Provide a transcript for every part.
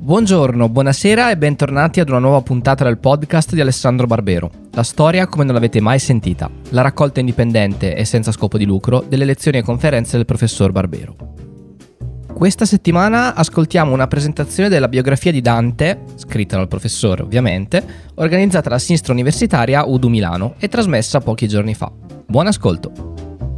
Buongiorno, buonasera e bentornati ad una nuova puntata del podcast di Alessandro Barbero. La storia come non l'avete mai sentita. La raccolta indipendente e senza scopo di lucro delle lezioni e conferenze del professor Barbero. Questa settimana ascoltiamo una presentazione della biografia di Dante, scritta dal professore ovviamente, organizzata dalla Sinistra Universitaria UDU Milano e trasmessa pochi giorni fa. Buon ascolto!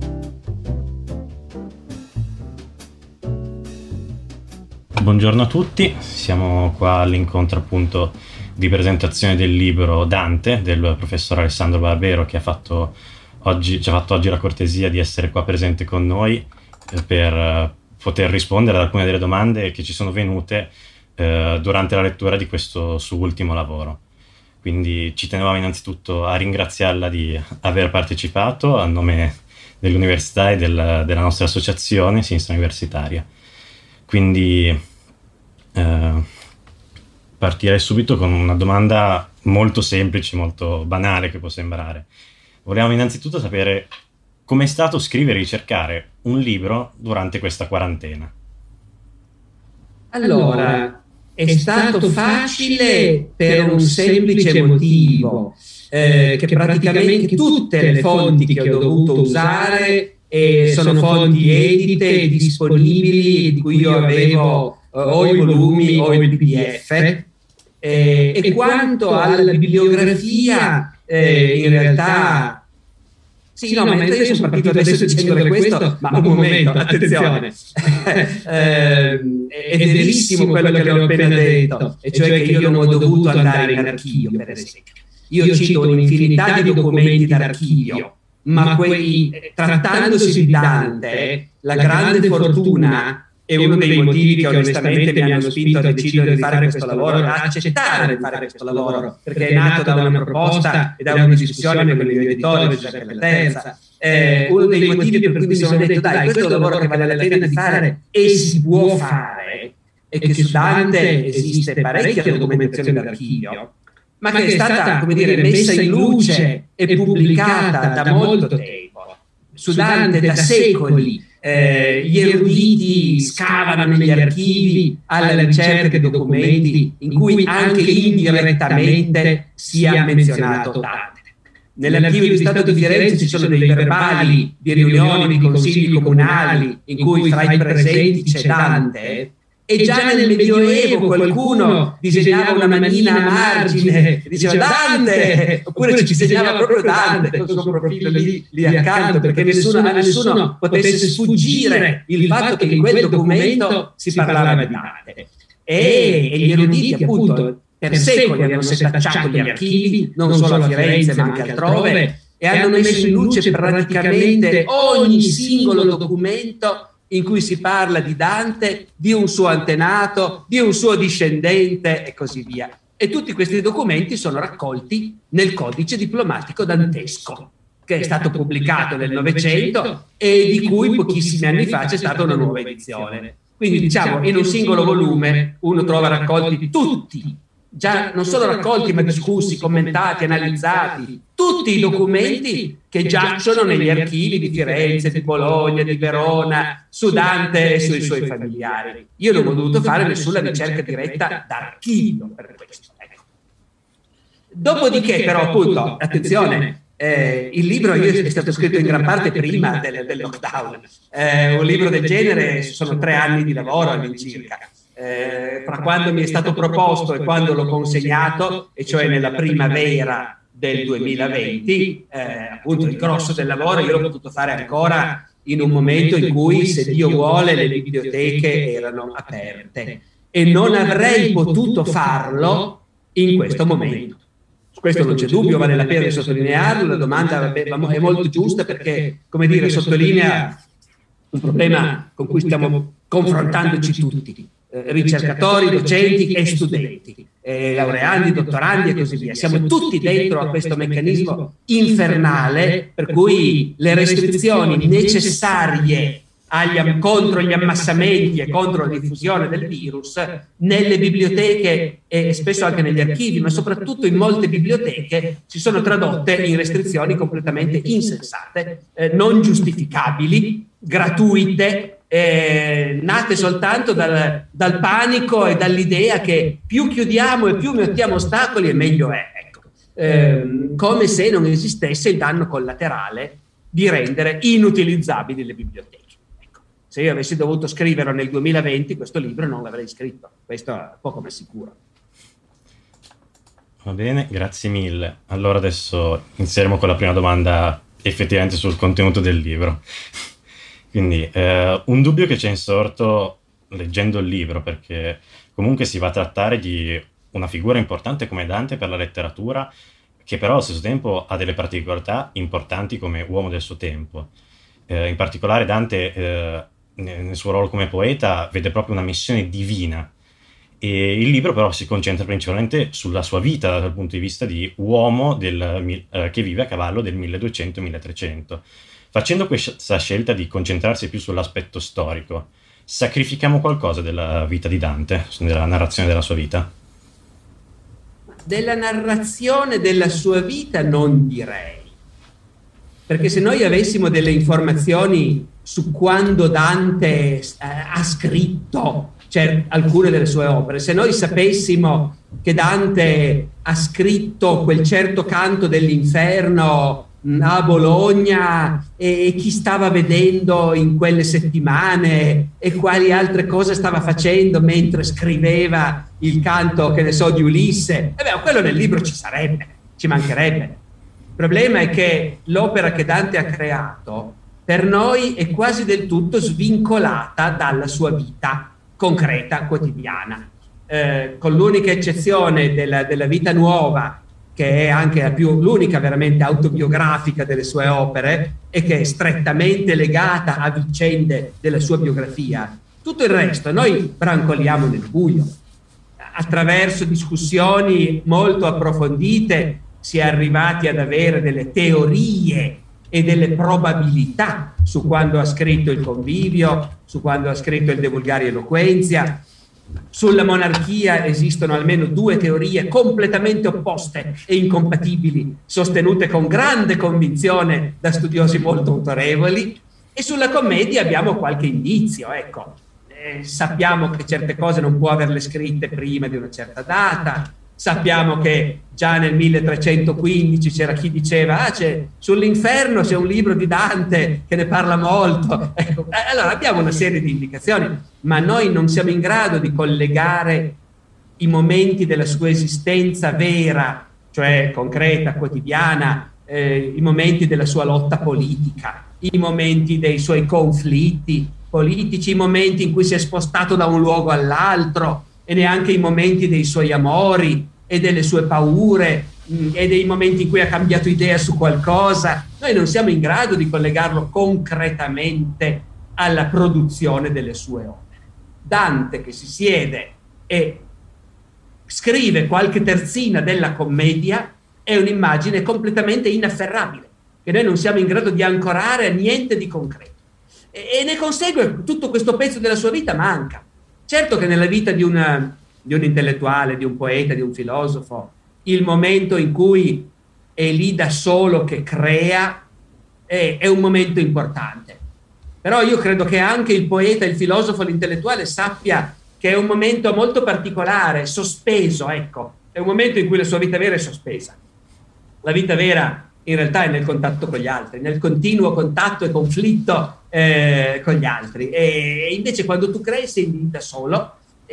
Buongiorno a tutti, siamo qua all'incontro appunto di presentazione del libro Dante del professor Alessandro Barbero, che ci ha fatto oggi la cortesia di essere qua presente con noi per poter rispondere ad alcune delle domande che ci sono venute durante la lettura di questo suo ultimo lavoro. Quindi ci tenevamo innanzitutto a ringraziarla di aver partecipato a nome dell'università e della nostra associazione Sinistra Universitaria. Quindi partirei subito con una domanda molto semplice, molto banale che può sembrare. Volevamo innanzitutto sapere com'è stato scrivere e ricercare un libro durante questa quarantena. Allora, è stato facile per un semplice motivo, che praticamente tutte le fonti che ho dovuto usare sono fonti edite e disponibili, di cui io avevo o i volumi o il PDF, e quanto alla bibliografia, in realtà sì, no, mentre io sono partito adesso dicendo questo, ma un momento, attenzione, è verissimo quello che ho appena detto, e cioè che io non ho dovuto andare in archivio, per esempio. Io cito un'infinità di documenti d'archivio, ma trattandosi di Dante, la grande fortuna e uno dei motivi che onestamente mi hanno spinto a decidere di fare questo lavoro, a accettare di fare questo lavoro, perché è nato da una proposta e da una discussione con il mio editore Giuseppe Laterza. Uno dei motivi per cui mi sono detto: dai, questo è un lavoro che vale la pena di fare e si può fare, e che su Dante esiste parecchia documentazione d'archivio, ma che è stata, come dire, messa in luce e pubblicata da molto tempo. Su Dante da secoli gli eruditi scavano negli archivi alla ricerca di documenti in cui anche indirettamente sia menzionato Dante. Nell'archivio di Stato di Firenze ci sono dei verbali di riunioni di consigli comunali in cui fra i presenti c'è Dante. E già nel Medioevo qualcuno disegnava una manina a margine e diceva Dante, oppure ci disegnava proprio Dante con il suo profilo lì accanto, perché a nessuno potesse sfuggire il fatto che in quel documento si parlava di Dante. E gli eruditi appunto per secoli hanno setacciato gli archivi, non solo a Firenze ma anche altrove, e hanno messo in luce praticamente ogni singolo documento in cui si parla di Dante, di un suo antenato, di un suo discendente e così via. E tutti questi documenti sono raccolti nel Codice diplomatico dantesco, che è stato pubblicato nel Novecento e di cui pochissimi anni fa c'è stata una nuova edizione. Quindi diciamo, in un singolo volume uno trova raccolti tutti, già non solo raccolti ma discussi, commentati, analizzati, tutti i documenti che giacciono negli archivi di Firenze, di Bologna, di Verona, su Dante e sui suoi familiari. Io non ho dovuto fare nessuna ricerca diretta d'archivio per questo. Ecco. Dopodiché però, appunto, attenzione, il libro è stato scritto in gran parte prima del lockdown. Un libro del genere sono 3 anni di lavoro all'incirca. Fra quando mi è stato proposto e quando l'ho consegnato, e cioè nella primavera del 2020, appunto il grosso del lavoro io l'ho potuto fare ancora in un momento in cui, se Dio vuole, le biblioteche erano aperte, e non avrei potuto farlo in questo momento. Su questo non c'è dubbio, vale la pena sottolinearlo. La domanda è molto giusta perché, come dire, sottolinea un problema con cui stiamo confrontandoci tutti. Ricercatori, docenti e studenti, laureandi, dottorandi e così via. Siamo tutti dentro a questo meccanismo infernale per cui le restrizioni necessarie contro gli ammassamenti e contro la diffusione del virus nelle biblioteche e spesso anche negli archivi, ma soprattutto in molte biblioteche, si sono tradotte in restrizioni completamente insensate, non giustificabili, gratuite, nate soltanto dal panico e dall'idea che più chiudiamo e più mettiamo ostacoli e meglio è, ecco. Come se non esistesse il danno collaterale di rendere inutilizzabili le biblioteche. Ecco. Se io avessi dovuto scriverlo nel 2020 questo libro non l'avrei scritto, questo è poco ma sicuro. Va bene, grazie mille. Allora adesso inizieremo con la prima domanda effettivamente sul contenuto del libro. Quindi un dubbio che ci è insorto leggendo il libro, perché comunque si va a trattare di una figura importante come Dante per la letteratura, che però allo stesso tempo ha delle particolarità importanti come uomo del suo tempo. In particolare Dante nel suo ruolo come poeta vede proprio una missione divina, e il libro però si concentra principalmente sulla sua vita dal punto di vista di uomo che vive a cavallo del 1200-1300. Facendo questa scelta di concentrarsi più sull'aspetto storico, sacrifichiamo qualcosa della vita di Dante, della narrazione della sua vita? Della narrazione della sua vita non direi, perché se noi avessimo delle informazioni su quando Dante ha scritto alcune delle sue opere, se noi sapessimo che Dante ha scritto quel certo canto dell'inferno a Bologna e chi stava vedendo in quelle settimane e quali altre cose stava facendo mentre scriveva il canto, che ne so, di Ulisse, quello nel libro ci sarebbe, ci mancherebbe. Il problema è che l'opera che Dante ha creato per noi è quasi del tutto svincolata dalla sua vita concreta, quotidiana, con l'unica eccezione della Vita Nuova, che è anche l'unica veramente autobiografica delle sue opere e che è strettamente legata a vicende della sua biografia. Tutto il resto noi brancoliamo nel buio. Attraverso discussioni molto approfondite si è arrivati ad avere delle teorie e delle probabilità su quando ha scritto il Convivio, su quando ha scritto il De Vulgari Eloquentia. Sulla monarchia esistono almeno due teorie completamente opposte e incompatibili, sostenute con grande convinzione da studiosi molto autorevoli, e sulla commedia abbiamo qualche indizio, ecco. Sappiamo che certe cose non può averle scritte prima di una certa data, sappiamo che già nel 1315 c'era chi diceva sull'inferno c'è un libro di Dante che ne parla molto. Ecco, allora abbiamo una serie di indicazioni, ma noi non siamo in grado di collegare i momenti della sua esistenza vera, cioè concreta, quotidiana, i momenti della sua lotta politica, i momenti dei suoi conflitti politici, i momenti in cui si è spostato da un luogo all'altro, e neanche i momenti dei suoi amori e delle sue paure e dei momenti in cui ha cambiato idea su qualcosa. Noi non siamo in grado di collegarlo concretamente alla produzione delle sue opere. Dante che si siede e scrive qualche terzina della commedia è un'immagine completamente inafferrabile, che noi non siamo in grado di ancorare a niente di concreto. E ne consegue tutto questo pezzo della sua vita manca. Certo che nella vita di un intellettuale, di un poeta, di un filosofo, il momento in cui è lì da solo che crea è un momento importante. Però io credo che anche il poeta, il filosofo, l'intellettuale sappia che è un momento molto particolare, sospeso, ecco. È un momento in cui la sua vita vera è sospesa. La vita vera in realtà è nel contatto con gli altri, nel continuo contatto e conflitto con gli altri, e invece quando tu crei sei lì da solo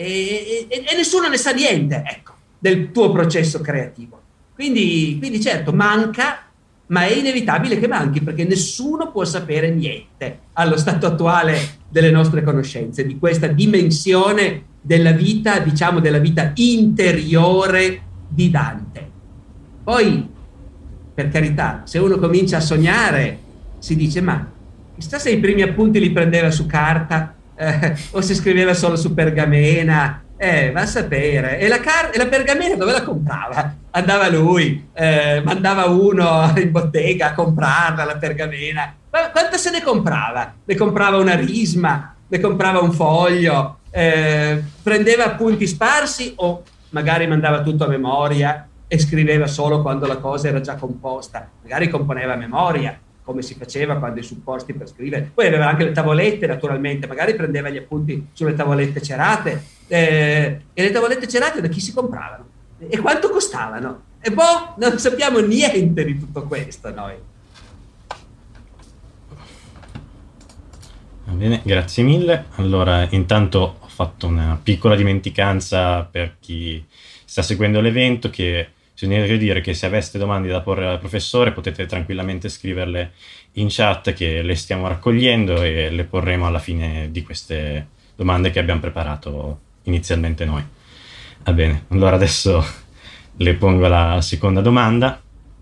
e nessuno ne sa niente, ecco, del tuo processo creativo. Quindi certo manca, ma è inevitabile che manchi, perché nessuno può sapere niente allo stato attuale delle nostre conoscenze di questa dimensione della vita, diciamo della vita interiore di Dante. Poi, per carità, se uno comincia a sognare si dice ma chissà se i primi appunti li prendeva su carta o se scriveva solo su pergamena, va a sapere. E la pergamena dove la comprava? Andava lui, mandava uno in bottega a comprarla la pergamena. Ma quanto se ne comprava? Ne comprava una risma, ne comprava un foglio, prendeva appunti sparsi o magari mandava tutto a memoria e scriveva solo quando la cosa era già composta, magari componeva a memoria. come si faceva quando i supposti per scrivere. Poi aveva anche le tavolette, naturalmente, magari prendeva gli appunti sulle tavolette cerate, e le tavolette cerate da chi si compravano? E quanto costavano? E non sappiamo niente di tutto questo noi. Va bene, grazie mille. Allora, intanto ho fatto una piccola dimenticanza per chi sta seguendo l'evento, che bisognerebbe dire che se aveste domande da porre al professore potete tranquillamente scriverle in chat, che le stiamo raccogliendo e le porremo alla fine di queste domande che abbiamo preparato inizialmente noi. Va bene, allora adesso le pongo la seconda domanda,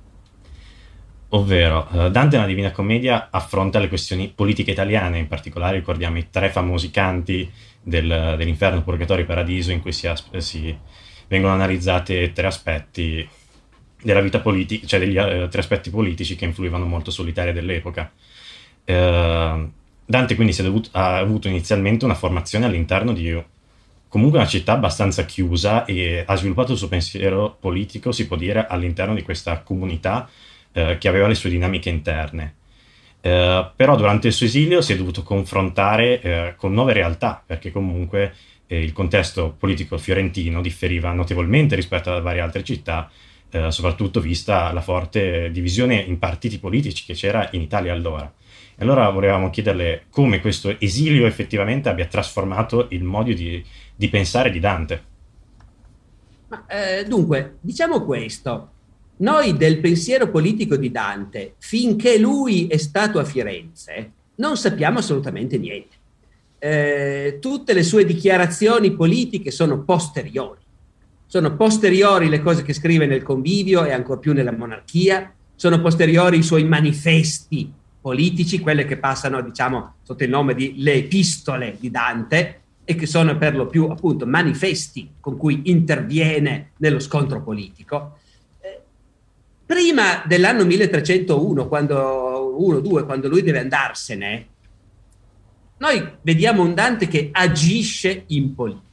ovvero Dante nella Divina Commedia affronta le questioni politiche italiane, in particolare ricordiamo i 3 famosi canti dell'Inferno, Purgatorio e Paradiso, in cui vengono analizzate 3 aspetti della vita politica, cioè degli 3 aspetti politici che influivano molto sull'Italia dell'epoca. Dante quindi ha avuto inizialmente una formazione all'interno di comunque una città abbastanza chiusa e ha sviluppato il suo pensiero politico, si può dire, all'interno di questa comunità che aveva le sue dinamiche interne. Però durante il suo esilio si è dovuto confrontare con nuove realtà, perché comunque il contesto politico fiorentino differiva notevolmente rispetto a varie altre città, soprattutto vista la forte divisione in partiti politici che c'era in Italia allora. E allora volevamo chiederle come questo esilio effettivamente abbia trasformato il modo di pensare di Dante. Dunque, diciamo questo. Noi del pensiero politico di Dante, finché lui è stato a Firenze, non sappiamo assolutamente niente. Tutte le sue dichiarazioni politiche sono posteriori. Sono posteriori le cose che scrive nel Convivio e ancor più nella Monarchia, sono posteriori i suoi manifesti politici, quelle che passano, diciamo, sotto il nome di le epistole di Dante, e che sono per lo più appunto manifesti con cui interviene nello scontro politico. Prima dell'anno 1301, quando lui deve andarsene, noi vediamo un Dante che agisce in politica.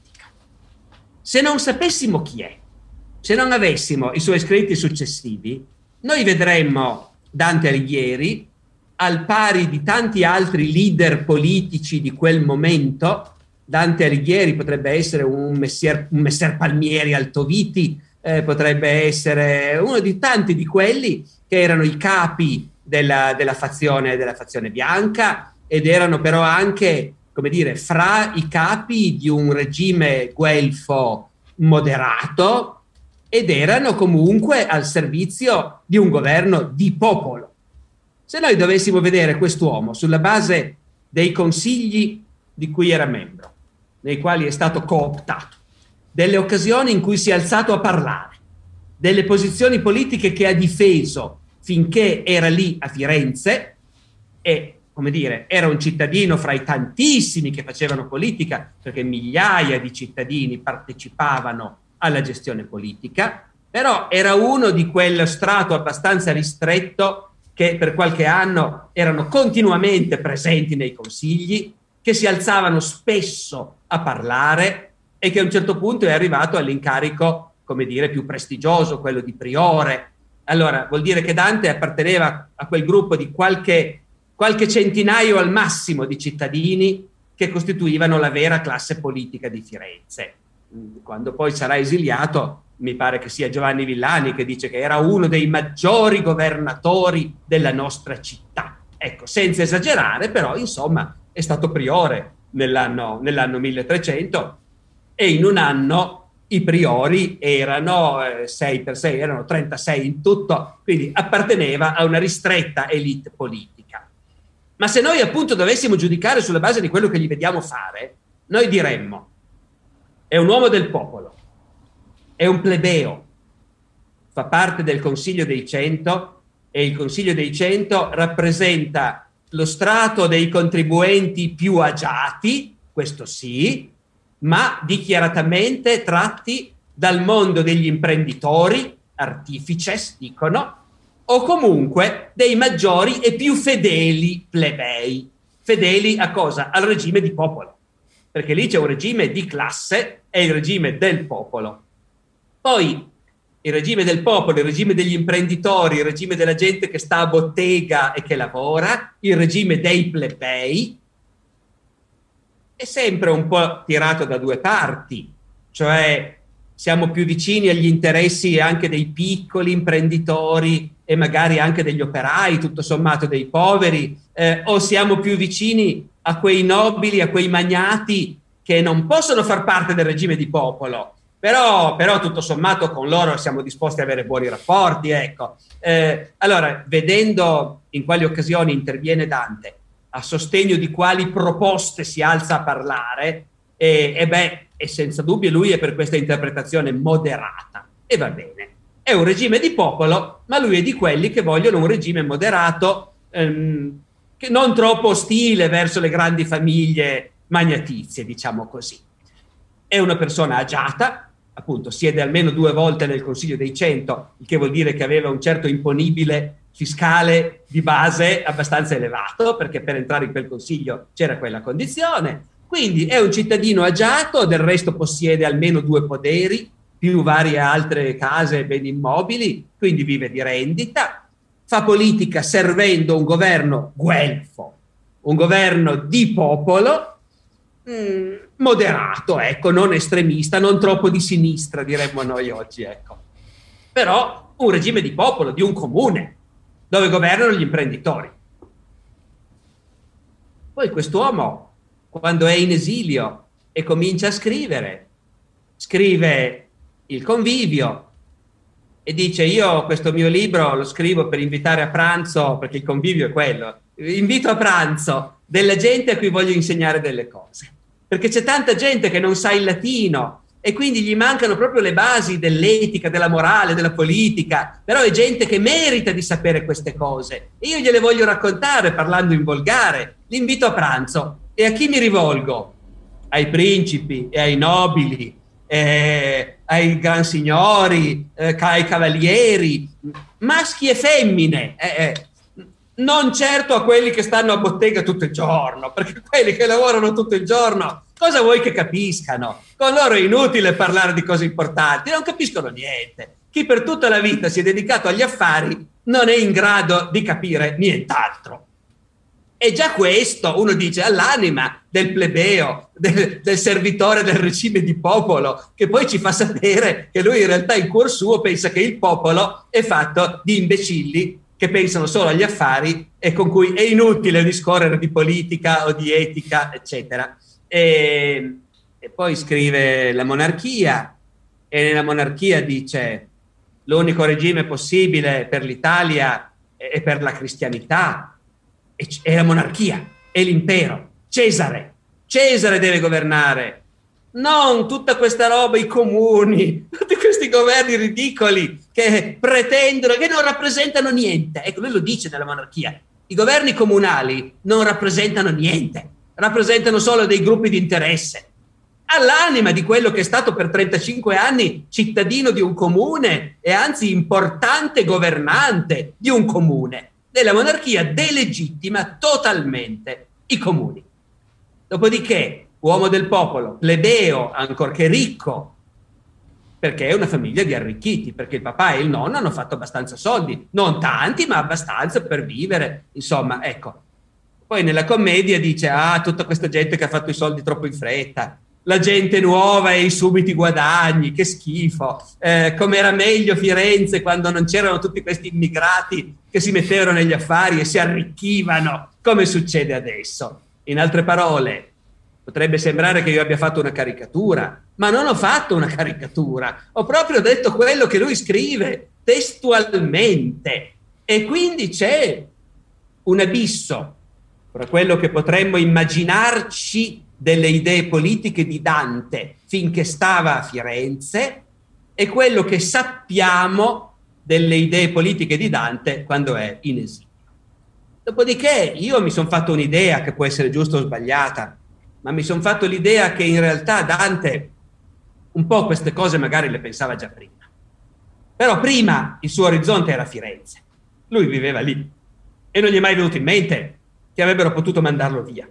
Se non sapessimo chi è, se non avessimo i suoi scritti successivi, noi vedremmo Dante Alighieri al pari di tanti altri leader politici di quel momento. Dante Alighieri potrebbe essere un messer Palmieri Altoviti, potrebbe essere uno di tanti di quelli che erano i capi della fazione bianca, ed erano però anche, come dire, fra i capi di un regime guelfo moderato, ed erano comunque al servizio di un governo di popolo. Se noi dovessimo vedere quest'uomo sulla base dei consigli di cui era membro, nei quali è stato cooptato, delle occasioni in cui si è alzato a parlare, delle posizioni politiche che ha difeso finché era lì a Firenze, e, come dire, era un cittadino fra i tantissimi che facevano politica, perché migliaia di cittadini partecipavano alla gestione politica, però era uno di quel strato abbastanza ristretto che per qualche anno erano continuamente presenti nei consigli, che si alzavano spesso a parlare, e che a un certo punto è arrivato all'incarico, come dire, più prestigioso, quello di priore. Allora, vuol dire che Dante apparteneva a quel gruppo di qualche centinaio al massimo di cittadini che costituivano la vera classe politica di Firenze. Quando poi sarà esiliato, mi pare che sia Giovanni Villani che dice che era uno dei maggiori governatori della nostra città. Ecco, senza esagerare, però, insomma, è stato priore nell'anno 1300, e in un anno i priori erano 6 per 6, erano 36 in tutto, quindi apparteneva a una ristretta elite politica. Ma se noi appunto dovessimo giudicare sulla base di quello che gli vediamo fare, noi diremmo: è un uomo del popolo, è un plebeo, fa parte del Consiglio dei 100, e il Consiglio dei 100 rappresenta lo strato dei contribuenti più agiati, questo sì, ma dichiaratamente tratti dal mondo degli imprenditori, artifices, dicono, o comunque dei maggiori e più fedeli plebei. Fedeli a cosa? Al regime di popolo, perché lì c'è un regime di classe, è il regime del popolo. Poi il regime del popolo, il regime degli imprenditori, il regime della gente che sta a bottega e che lavora, il regime dei plebei, è sempre un po' tirato da due parti, cioè siamo più vicini agli interessi anche dei piccoli imprenditori e magari anche degli operai, tutto sommato dei poveri, o siamo più vicini a quei nobili, a quei magnati che non possono far parte del regime di popolo, però tutto sommato con loro siamo disposti ad avere buoni rapporti, ecco. Allora, vedendo in quali occasioni interviene Dante, a sostegno di quali proposte si alza a parlare, e senza dubbio lui è per questa interpretazione moderata, e va bene. È un regime di popolo, ma lui è di quelli che vogliono un regime moderato, che non troppo ostile verso le grandi famiglie magnatizie, diciamo così. È una persona agiata, appunto siede almeno 2 volte nel Consiglio dei 100, il che vuol dire che aveva un certo imponibile fiscale di base abbastanza elevato, perché per entrare in quel consiglio c'era quella condizione. Quindi è un cittadino agiato, del resto possiede almeno 2 poderi, più varie altre case e beni immobili, quindi vive di rendita, fa politica servendo un governo guelfo, un governo di popolo, moderato, ecco, non estremista, non troppo di sinistra, diremmo noi oggi, ecco. Però un regime di popolo, di un comune, dove governano gli imprenditori. Poi quest'uomo, quando è in esilio e comincia a scrive Il Convivio e dice: io questo mio libro lo scrivo per invitare a pranzo, perché il convivio è quello, invito a pranzo della gente a cui voglio insegnare delle cose, perché c'è tanta gente che non sa il latino e quindi gli mancano proprio le basi dell'etica, della morale, della politica, però è gente che merita di sapere queste cose e io gliele voglio raccontare parlando in volgare. Li invito a pranzo e a chi mi rivolgo? Ai principi e ai nobili, ai gran signori, ai cavalieri, maschi e femmine, non certo a quelli che stanno a bottega tutto il giorno, perché quelli che lavorano tutto il giorno cosa vuoi che capiscano? Con loro è inutile parlare di cose importanti, non capiscono niente. Chi per tutta la vita si è dedicato agli affari non è in grado di capire nient'altro. E già questo, uno dice, all'anima del plebeo, del servitore del regime di popolo, che poi ci fa sapere che lui in realtà in cuor suo pensa che il popolo è fatto di imbecilli che pensano solo agli affari e con cui è inutile discorrere di politica o di etica, eccetera. E poi scrive La monarchia, e nella monarchia dice: l'unico regime possibile per l'Italia e per la cristianità è la monarchia, è l'impero. Cesare deve governare, non tutta questa roba, i comuni, tutti questi governi ridicoli che pretendono, che non rappresentano niente. Ecco, lui lo dice nella monarchia: i governi comunali non rappresentano niente, rappresentano solo dei gruppi di interesse. All'anima di quello che è stato per 35 anni cittadino di un comune e anzi importante governante di un comune. Della monarchia delegittima totalmente i comuni. Dopodiché, uomo del popolo, plebeo, ancorché ricco, perché è una famiglia di arricchiti, perché il papà e il nonno hanno fatto abbastanza soldi, non tanti, ma abbastanza per vivere, insomma, ecco. Poi nella commedia dice: tutta questa gente che ha fatto i soldi troppo in fretta, la gente nuova e i subiti guadagni, che schifo, com'era meglio Firenze quando non c'erano tutti questi immigrati che si mettevano negli affari e si arricchivano, come succede adesso. In altre parole, potrebbe sembrare che io abbia fatto una caricatura, ma non ho fatto una caricatura, ho proprio detto quello che lui scrive testualmente, e quindi c'è un abisso tra quello che potremmo immaginarci delle idee politiche di Dante finché stava a Firenze e quello che sappiamo delle idee politiche di Dante quando è in esilio. Dopodiché io mi sono fatto un'idea, che può essere giusta o sbagliata, ma mi sono fatto l'idea che in realtà Dante un po' queste cose magari le pensava già prima. Però prima il suo orizzonte era Firenze, lui viveva lì e non gli è mai venuto in mente che avrebbero potuto mandarlo via.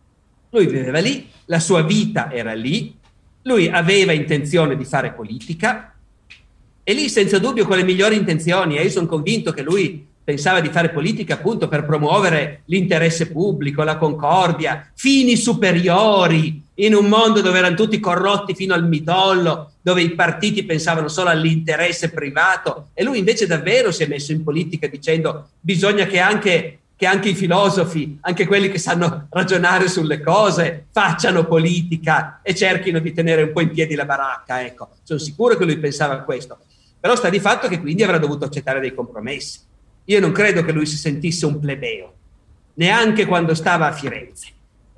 Lui viveva lì, la sua vita era lì, lui aveva intenzione di fare politica e lì senza dubbio con le migliori intenzioni, e io sono convinto che lui pensava di fare politica appunto per promuovere l'interesse pubblico, la concordia, fini superiori, in un mondo dove erano tutti corrotti fino al midollo, dove i partiti pensavano solo all'interesse privato, e lui invece davvero si è messo in politica dicendo bisogna che anche i filosofi, anche quelli che sanno ragionare sulle cose, facciano politica e cerchino di tenere un po' in piedi la baracca. Ecco, sono sicuro che lui pensava a questo. Però sta di fatto che quindi avrà dovuto accettare dei compromessi. Io non credo che lui si sentisse un plebeo, neanche quando stava a Firenze.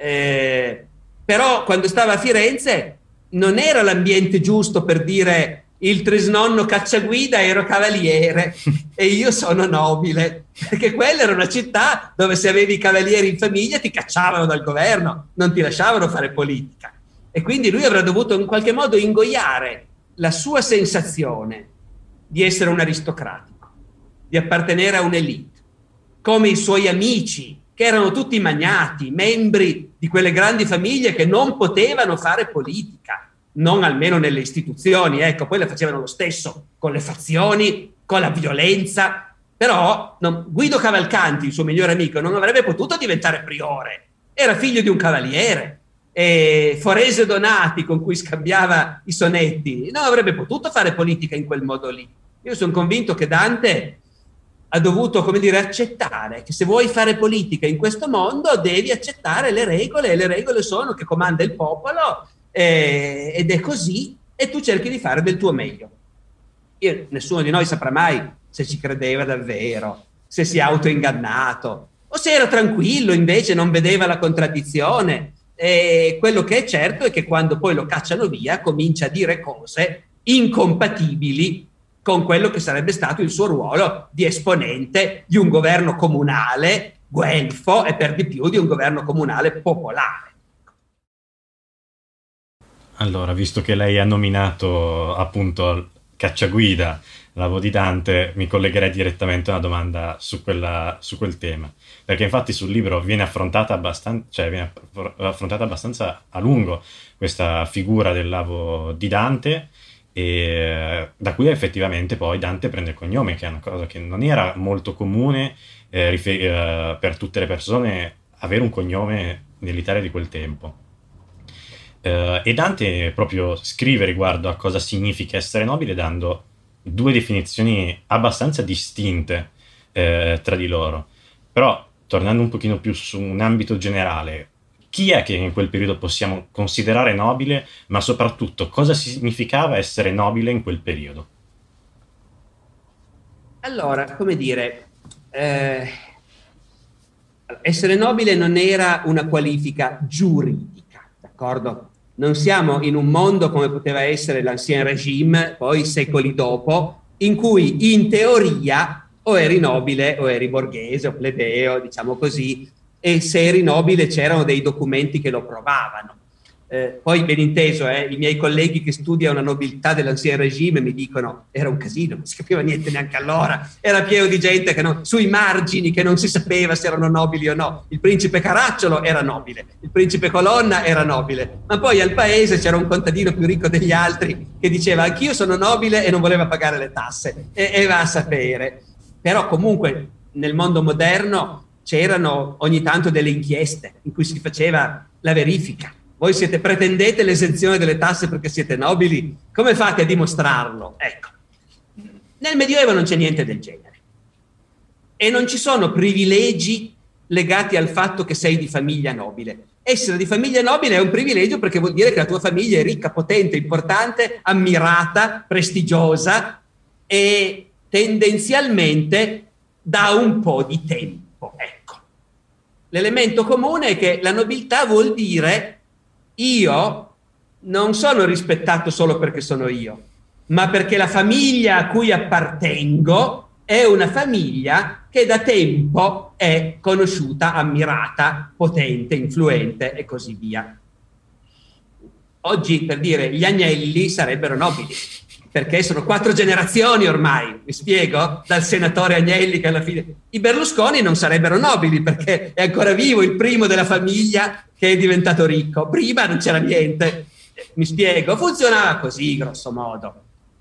Però quando stava a Firenze non era l'ambiente giusto per dire il trisnonno cacciaguida, ero cavaliere e io sono nobile, perché quella era una città dove se avevi i cavalieri in famiglia ti cacciavano dal governo, non ti lasciavano fare politica. E quindi lui avrà dovuto in qualche modo ingoiare la sua sensazione di essere un aristocratico, di appartenere a un'elite, come i suoi amici, che erano tutti magnati, membri di quelle grandi famiglie che non potevano fare politica, non almeno nelle istituzioni, ecco, poi le facevano lo stesso, con le fazioni, con la violenza, però Guido Cavalcanti, il suo migliore amico, non avrebbe potuto diventare priore, era figlio di un cavaliere, e Forese Donati, con cui scambiava i sonetti, non avrebbe potuto fare politica in quel modo lì. Io sono convinto che Dante ha dovuto, come dire, accettare che se vuoi fare politica in questo mondo devi accettare le regole, e le regole sono che comanda il popolo, ed è così, e tu cerchi di fare del tuo meglio. Nessuno di noi saprà mai se ci credeva davvero, se si è autoingannato, o se era tranquillo invece, non vedeva la contraddizione. Quello che è certo è che quando poi lo cacciano via comincia a dire cose incompatibili con quello che sarebbe stato il suo ruolo di esponente di un governo comunale guelfo e per di più di un governo comunale popolare. Allora, visto che lei ha nominato appunto Cacciaguida, l'avo di Dante, mi collegherei direttamente a una domanda su quel tema, perché infatti sul libro viene affrontata abbastanza a lungo questa figura del Lavo di Dante, e da cui effettivamente poi Dante prende il cognome, che è una cosa che non era molto comune per tutte le persone, avere un cognome nell'Italia di quel tempo. E Dante proprio scrive riguardo a cosa significa essere nobile dando due definizioni abbastanza distinte tra di loro. Però, tornando un pochino più su un ambito generale, chi è che in quel periodo possiamo considerare nobile, ma soprattutto cosa significava essere nobile in quel periodo? Allora, come dire, essere nobile non era una qualifica giuridica, d'accordo? Non siamo in un mondo come poteva essere l'Ancien Régime, poi secoli dopo, in cui in teoria o eri nobile o eri borghese o plebeo, diciamo così, e se eri nobile c'erano dei documenti che lo provavano. Poi ben inteso, i miei colleghi che studiano la nobiltà dell'Ancien Régime mi dicono era un casino, non si capiva niente neanche allora, era pieno di gente che sui margini che non si sapeva se erano nobili o no. Il principe Caracciolo era nobile, il principe Colonna era nobile, ma poi al paese c'era un contadino più ricco degli altri che diceva anch'io sono nobile e non voleva pagare le tasse, e va a sapere. Però comunque nel mondo moderno c'erano ogni tanto delle inchieste in cui si faceva la verifica. Voi pretendete l'esenzione delle tasse perché siete nobili? Come fate a dimostrarlo? Ecco, nel Medioevo non c'è niente del genere. E non ci sono privilegi legati al fatto che sei di famiglia nobile. Essere di famiglia nobile è un privilegio perché vuol dire che la tua famiglia è ricca, potente, importante, ammirata, prestigiosa e tendenzialmente da un po' di tempo. Ecco. L'elemento comune è che la nobiltà vuol dire io non sono rispettato solo perché sono io, ma perché la famiglia a cui appartengo è una famiglia che da tempo è conosciuta, ammirata, potente, influente e così via. Oggi, per dire, gli Agnelli sarebbero nobili, perché sono 4 generazioni ormai, mi spiego? Dal senatore Agnelli che alla fine... I Berlusconi non sarebbero nobili perché è ancora vivo il primo della famiglia che è diventato ricco. Prima non c'era niente, mi spiego? Funzionava così, grosso modo.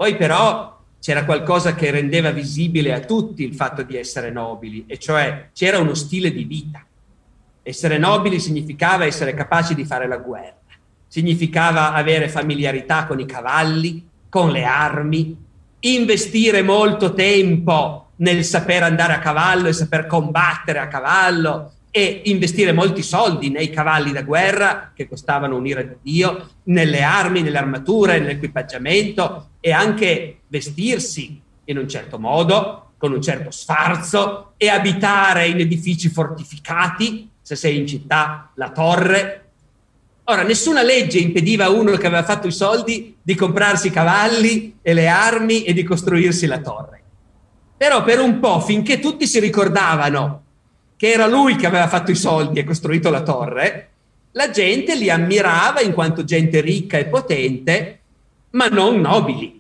Poi però c'era qualcosa che rendeva visibile a tutti il fatto di essere nobili, e cioè c'era uno stile di vita. Essere nobili significava essere capaci di fare la guerra, significava avere familiarità con i cavalli, con le armi, investire molto tempo nel saper andare a cavallo e saper combattere a cavallo, e investire molti soldi nei cavalli da guerra che costavano un'ira di Dio, nelle armi, nelle armature, nell'equipaggiamento, e anche vestirsi in un certo modo, con un certo sfarzo, e abitare in edifici fortificati, se sei in città, la torre. Ora, nessuna legge impediva a uno che aveva fatto i soldi di comprarsi i cavalli e le armi e di costruirsi la torre. Però per un po', finché tutti si ricordavano che era lui che aveva fatto i soldi e costruito la torre, la gente li ammirava in quanto gente ricca e potente, ma non nobili.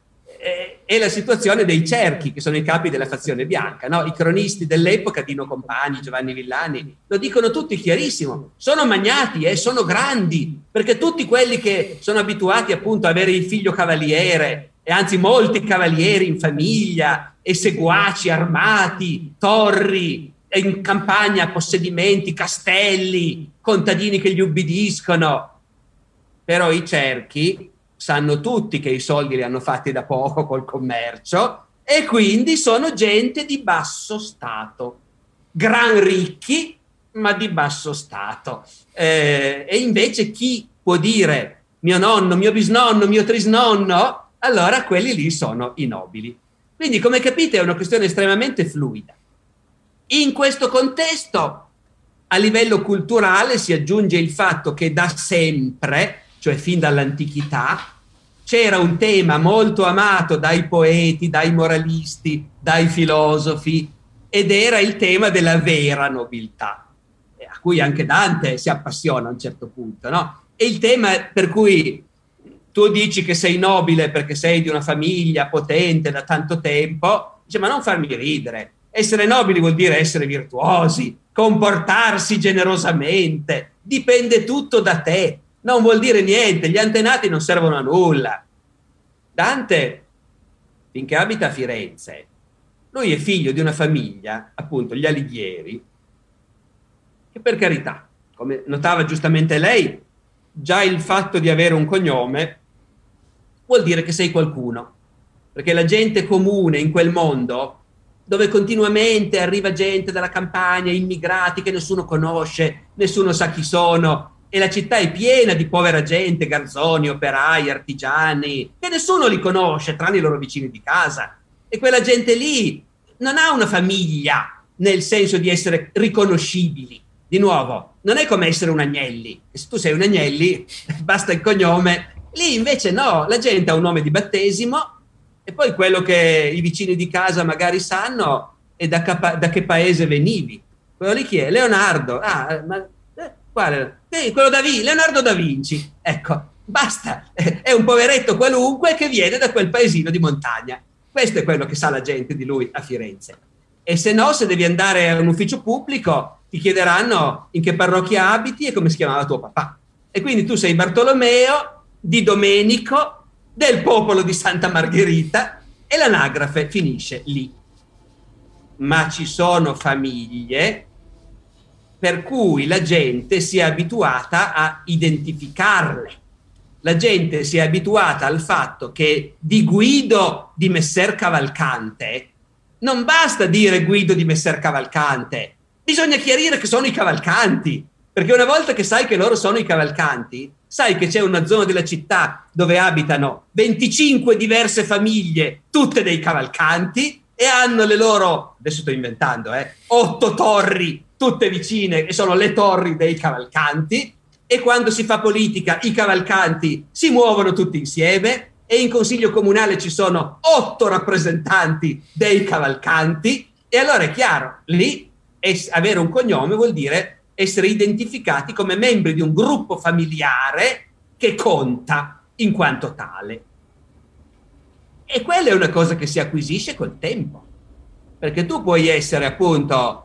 È la situazione dei cerchi, che sono i capi della fazione bianca, no? I cronisti dell'epoca, Dino Compagni, Giovanni Villani, lo dicono tutti chiarissimo: sono magnati e sono grandi, perché tutti quelli che sono abituati appunto ad avere il figlio cavaliere, e anzi molti cavalieri in famiglia, e seguaci armati, torri, e in campagna possedimenti, castelli, contadini che gli ubbidiscono. Però i cerchi sanno tutti che i soldi li hanno fatti da poco col commercio, e quindi sono gente di basso stato, gran ricchi ma di basso stato. E invece chi può dire mio nonno, mio bisnonno, mio trisnonno, allora quelli lì sono i nobili. Quindi, come capite, è una questione estremamente fluida. In questo contesto, a livello culturale, si aggiunge il fatto che da sempre, cioè fin dall'antichità, c'era un tema molto amato dai poeti, dai moralisti, dai filosofi, ed era il tema della vera nobiltà, a cui anche Dante si appassiona a un certo punto, no? E il tema per cui tu dici che sei nobile perché sei di una famiglia potente da tanto tempo, dice: ma non farmi ridere. Essere nobili vuol dire essere virtuosi, comportarsi generosamente, dipende tutto da te, non vuol dire niente, gli antenati non servono a nulla. Dante, finché abita a Firenze, lui è figlio di una famiglia, appunto gli Alighieri, che per carità, come notava giustamente lei, già il fatto di avere un cognome vuol dire che sei qualcuno, perché la gente comune in quel mondo, dove continuamente arriva gente dalla campagna, immigrati che nessuno conosce, nessuno sa chi sono, e la città è piena di povera gente, garzoni, operai, artigiani, che nessuno li conosce, tranne i loro vicini di casa. E quella gente lì non ha una famiglia, nel senso di essere riconoscibili. Di nuovo, non è come essere un Agnelli. Se tu sei un Agnelli, basta il cognome. Lì invece no, la gente ha un nome di battesimo, e poi quello che i vicini di casa magari sanno è da che paese venivi. Quello lì chi è? Leonardo. Quale? Quello Leonardo da Vinci. Ecco, basta. È un poveretto qualunque che viene da quel paesino di montagna. Questo è quello che sa la gente di lui a Firenze. E se no, se devi andare a un ufficio pubblico, ti chiederanno in che parrocchia abiti e come si chiamava tuo papà. E quindi tu sei Bartolomeo di Domenico, del popolo di Santa Margherita, e l'anagrafe finisce lì. Ma ci sono famiglie per cui la gente si è abituata a identificarle. La gente si è abituata al fatto che di Guido di Messer Cavalcante non basta dire Guido di Messer Cavalcante, bisogna chiarire che sono i Cavalcanti, perché una volta che sai che loro sono i Cavalcanti, sai che c'è una zona della città dove abitano 25 diverse famiglie, tutte dei Cavalcanti, e hanno le loro, adesso sto inventando, 8 torri, tutte vicine, e sono le torri dei Cavalcanti, e quando si fa politica i Cavalcanti si muovono tutti insieme, e in consiglio comunale ci sono 8 rappresentanti dei Cavalcanti, e allora è chiaro, lì avere un cognome vuol dire essere identificati come membri di un gruppo familiare che conta in quanto tale. E quella è una cosa che si acquisisce col tempo, perché tu puoi essere appunto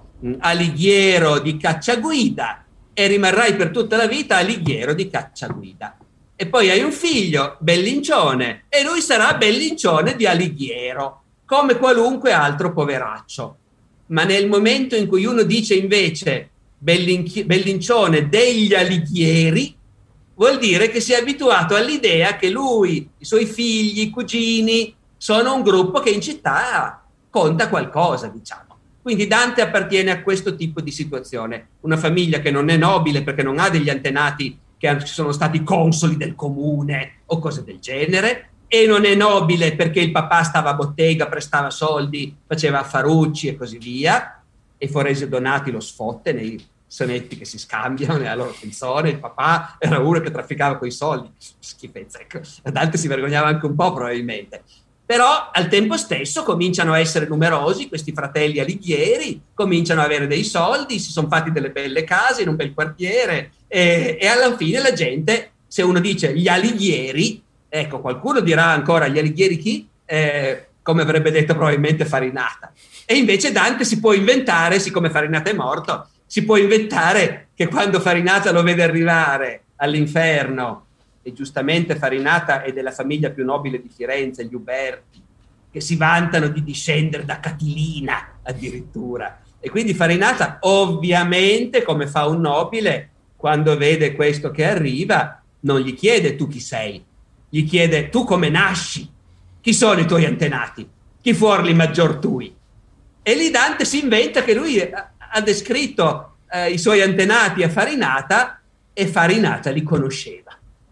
alighiero di Cacciaguida e rimarrai per tutta la vita alighiero di Cacciaguida. e poi hai un figlio, Bellincione, e lui sarà Bellincione di Alighiero, come qualunque altro poveraccio. Ma nel momento in cui uno dice invece Bellincione degli Alighieri, vuol dire che si è abituato all'idea che lui, i suoi figli, i cugini, sono un gruppo che in città conta qualcosa, diciamo. Quindi Dante appartiene a questo tipo di situazione, una famiglia che non è nobile perché non ha degli antenati che sono stati consoli del comune o cose del genere, e non è nobile perché il papà stava a bottega, prestava soldi, faceva affarucci e così via, e Forese Donati lo sfotte nei sonetti che si scambiano nella loro canzone. Il papà era uno che trafficava coi soldi, schifezza, ecco. Dante si vergognava anche un po' probabilmente. Però al tempo stesso cominciano a essere numerosi questi fratelli Alighieri, cominciano ad avere dei soldi, si sono fatti delle belle case in un bel quartiere, e alla fine la gente, se uno dice gli Alighieri, ecco, qualcuno dirà ancora gli Alighieri chi? Come avrebbe detto probabilmente Farinata. E invece Dante si può inventare, siccome Farinata è morto, si può inventare che quando Farinata lo vede arrivare all'inferno, e giustamente Farinata è della famiglia più nobile di Firenze, gli Uberti, che si vantano di discendere da Catilina addirittura. E quindi Farinata, ovviamente, come fa un nobile, quando vede questo che arriva, non gli chiede tu chi sei, gli chiede tu come nasci, chi sono i tuoi antenati, chi fuorli maggior tui. E lì Dante si inventa che lui ha descritto i suoi antenati a Farinata, e Farinata li conosceva.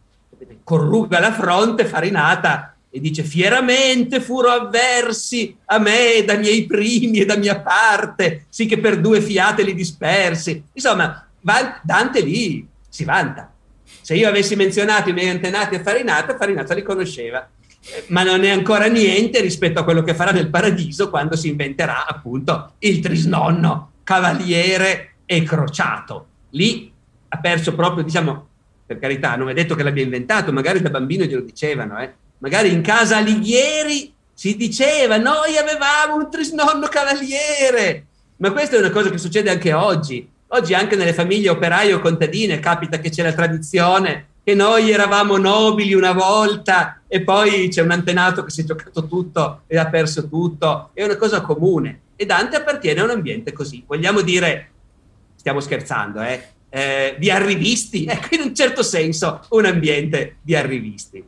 Corruga la fronte Farinata e dice: fieramente furo avversi a me da miei primi e da mia parte, sì che per 2 fiate li dispersi. Insomma, Dante lì si vanta. Se io avessi menzionato i miei antenati a Farinata, Farinata li conosceva. Ma non è ancora niente rispetto a quello che farà nel paradiso, quando si inventerà appunto il trisnonno, cavaliere e crociato. Lì ha perso proprio, diciamo, per carità, non è detto che l'abbia inventato, magari da bambino glielo dicevano, magari in casa Alighieri si diceva noi avevamo un trisnonno cavaliere, ma questa è una cosa che succede anche oggi. Oggi anche nelle famiglie operaie o contadine capita che c'è la tradizione che noi eravamo nobili una volta e poi c'è un antenato che si è giocato tutto e ha perso tutto, è una cosa comune, e Dante appartiene a un ambiente così, vogliamo dire, stiamo scherzando, di arrivisti, ecco, in un certo senso un ambiente di arrivisti.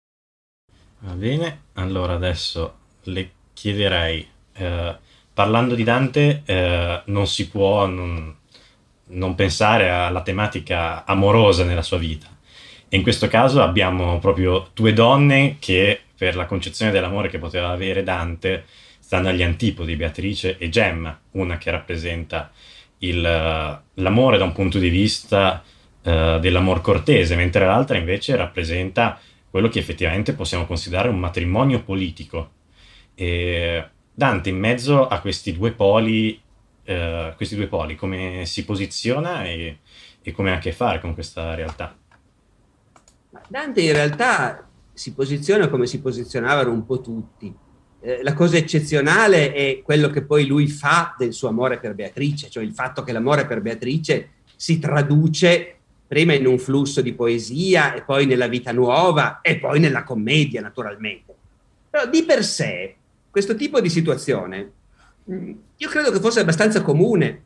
Va bene, allora adesso le chiederei, parlando di Dante, non si può non pensare alla tematica amorosa nella sua vita, e in questo caso abbiamo proprio 2 donne che, per la concezione dell'amore che poteva avere Dante, stanno agli antipodi, Beatrice e Gemma, una che rappresenta l'amore da un punto di vista dell'amor cortese, mentre l'altra invece rappresenta quello che effettivamente possiamo considerare un matrimonio politico. E Dante, in mezzo a questi due poli, come si posiziona e come ha a che fare con questa realtà? Dante in realtà si posiziona come si posizionavano un po' tutti. La cosa eccezionale è quello che poi lui fa del suo amore per Beatrice, cioè il fatto che l'amore per Beatrice si traduce prima in un flusso di poesia e poi nella vita nuova e poi nella commedia, naturalmente. Però di per sé questo tipo di situazione io credo che fosse abbastanza comune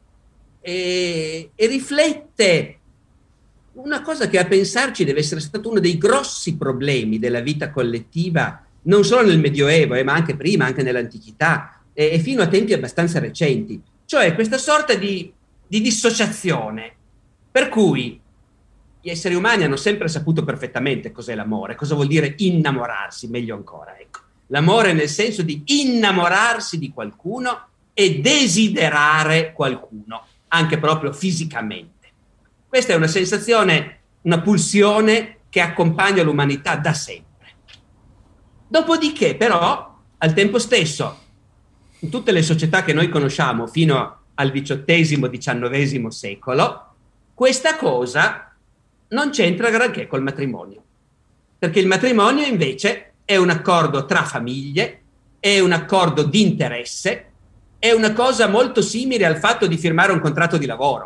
e riflette una cosa che, a pensarci, deve essere stato uno dei grossi problemi della vita collettiva, non solo nel Medioevo, ma anche prima, anche nell'antichità e fino a tempi abbastanza recenti, cioè questa sorta di dissociazione per cui gli esseri umani hanno sempre saputo perfettamente cos'è l'amore, cosa vuol dire innamorarsi, meglio ancora, ecco. L'amore nel senso di innamorarsi di qualcuno e desiderare qualcuno, anche proprio fisicamente. Questa è una sensazione, una pulsione che accompagna l'umanità da sempre. Dopodiché, però, al tempo stesso, in tutte le società che noi conosciamo fino al XVIII-XIX secolo, questa cosa non c'entra granché col matrimonio. Perché il matrimonio, invece, è un accordo tra famiglie, è un accordo di interesse, è una cosa molto simile al fatto di firmare un contratto di lavoro.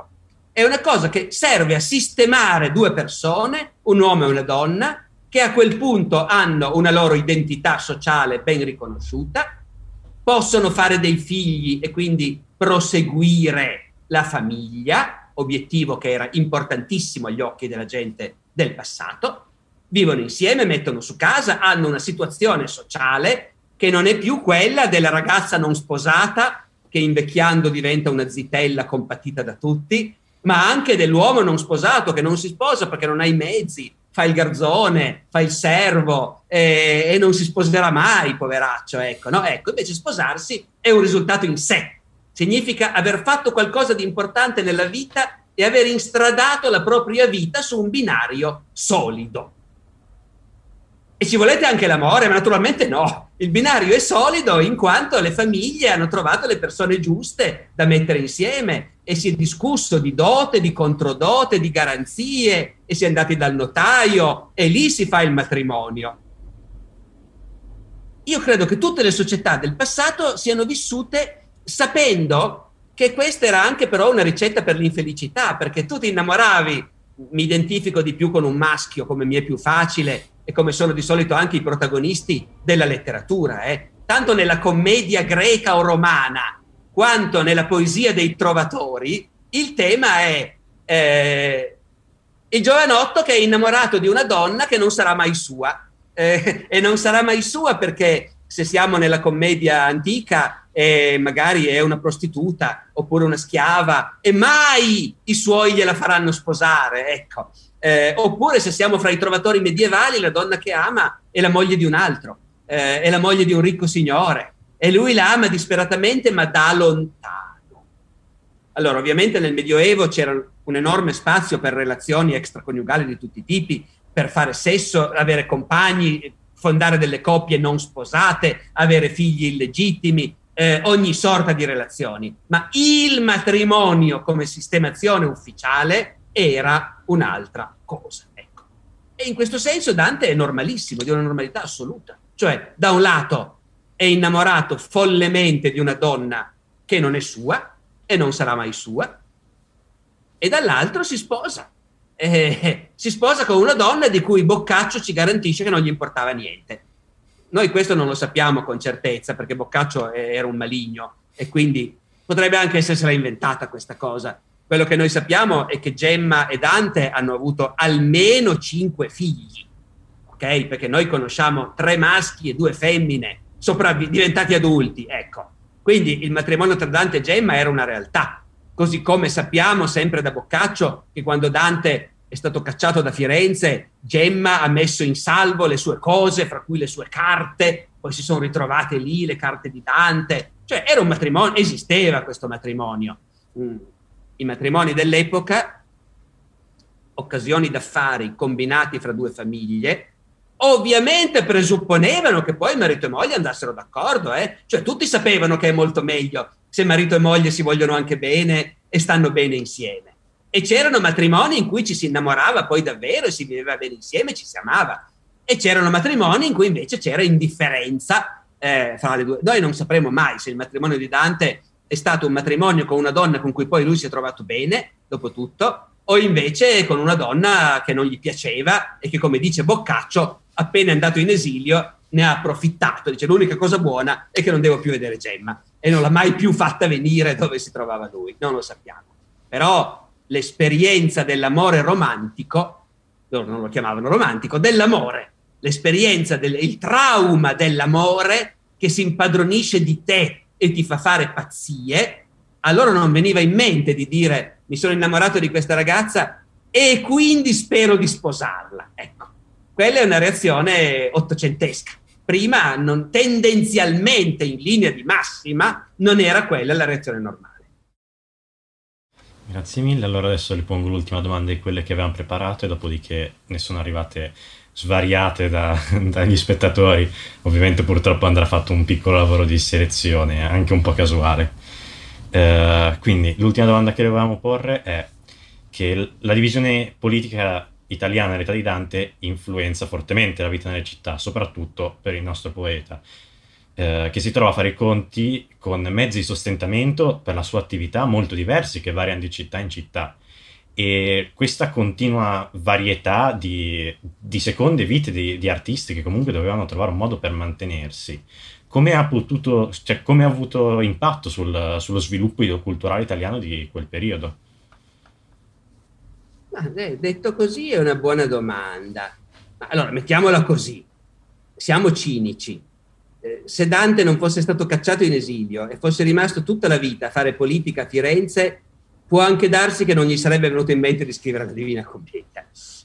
è una cosa che serve a sistemare due persone, un uomo e una donna, che a quel punto hanno una loro identità sociale ben riconosciuta, possono fare dei figli e quindi proseguire la famiglia, obiettivo che era importantissimo agli occhi della gente del passato, vivono insieme, mettono su casa, hanno una situazione sociale che non è più quella della ragazza non sposata che invecchiando diventa una zitella compatita da tutti, ma anche dell'uomo non sposato che non si sposa perché non ha i mezzi, fa il garzone, fa il servo e non si sposerà mai, poveraccio, ecco, no? Ecco, invece sposarsi è un risultato in sé, significa aver fatto qualcosa di importante nella vita e aver instradato la propria vita su un binario solido. E ci volete anche l'amore? Ma naturalmente no. Il binario è solido in quanto le famiglie hanno trovato le persone giuste da mettere insieme e si è discusso di dote, di controdote, di garanzie e si è andati dal notaio e lì si fa il matrimonio. Io credo che tutte le società del passato siano vissute sapendo che questa era anche però una ricetta per l'infelicità, perché tu ti innamoravi, mi identifico di più con un maschio come mi è più facile e come sono di solito anche i protagonisti della letteratura, tanto nella commedia greca o romana quanto nella poesia dei trovatori, il tema è il giovanotto che è innamorato di una donna che non sarà mai sua, e non sarà mai sua perché se siamo nella commedia antica magari è una prostituta oppure una schiava e mai i suoi gliela faranno sposare, ecco. Oppure se siamo fra i trovatori medievali, la donna che ama è la moglie di un altro, è la moglie di un ricco signore e lui la ama disperatamente ma da lontano. Allora ovviamente nel Medioevo c'era un enorme spazio per relazioni extraconiugali di tutti i tipi, per fare sesso, avere compagni, fondare delle coppie non sposate, avere figli illegittimi, ogni sorta di relazioni, ma il matrimonio come sistemazione ufficiale era un'altra cosa, ecco. E in questo senso Dante è normalissimo, di una normalità assoluta, cioè da un lato è innamorato follemente di una donna che non è sua e non sarà mai sua, e dall'altro si sposa con una donna di cui Boccaccio ci garantisce che non gli importava niente. Noi questo non lo sappiamo con certezza perché Boccaccio era un maligno e quindi potrebbe anche essersela inventata questa cosa. Quello che noi sappiamo è che Gemma e Dante hanno avuto almeno 5 figli, ok? Perché noi conosciamo 3 maschi e 2 femmine diventati adulti, ecco. Quindi il matrimonio tra Dante e Gemma era una realtà, così come sappiamo sempre da Boccaccio che quando Dante è stato cacciato da Firenze, Gemma ha messo in salvo le sue cose, fra cui le sue carte, poi si sono ritrovate lì le carte di Dante, cioè era un matrimonio, esisteva questo matrimonio. I matrimoni dell'epoca, occasioni d'affari combinati fra 2 famiglie, ovviamente presupponevano che poi marito e moglie andassero d'accordo, cioè tutti sapevano che è molto meglio se marito e moglie si vogliono anche bene e stanno bene insieme. E c'erano matrimoni in cui ci si innamorava poi davvero e si viveva bene insieme, ci si amava. E c'erano matrimoni in cui invece c'era indifferenza fra le due. Noi non sapremo mai se il matrimonio di Dante è stato un matrimonio con una donna con cui poi lui si è trovato bene, dopo tutto, o invece con una donna che non gli piaceva e che, come dice Boccaccio, appena è andato in esilio ne ha approfittato. Dice l'unica cosa buona è che non devo più vedere Gemma e non l'ha mai più fatta venire dove si trovava lui. Non lo sappiamo. Però l'esperienza dell'amore romantico, loro non lo chiamavano romantico, dell'amore, l'esperienza il trauma dell'amore che si impadronisce di te e ti fa fare pazzie, a loro non veniva in mente di dire mi sono innamorato di questa ragazza e quindi spero di sposarla. Ecco, quella è una reazione ottocentesca. Prima, tendenzialmente, in linea di massima, non era quella la reazione normale. Grazie mille, allora adesso le pongo l'ultima domanda di quelle che avevamo preparato e dopodiché ne sono arrivate svariate dagli spettatori. Ovviamente purtroppo andrà fatto un piccolo lavoro di selezione, anche un po' casuale. Quindi l'ultima domanda che dovevamo porre è che la divisione politica italiana nell'età di Dante influenza fortemente la vita nelle città, soprattutto per il nostro poeta, che si trova a fare i conti con mezzi di sostentamento per la sua attività molto diversi che variano di città in città. e questa continua varietà di seconde vite di artisti che comunque dovevano trovare un modo per mantenersi, come ha potuto, cioè come ha avuto impatto sullo sviluppo culturale italiano di quel periodo? Detto così è una buona domanda. Allora, mettiamola così, siamo cinici. Se Dante non fosse stato cacciato in esilio e fosse rimasto tutta la vita a fare politica a Firenze, può anche darsi che non gli sarebbe venuto in mente di scrivere la Divina Commedia.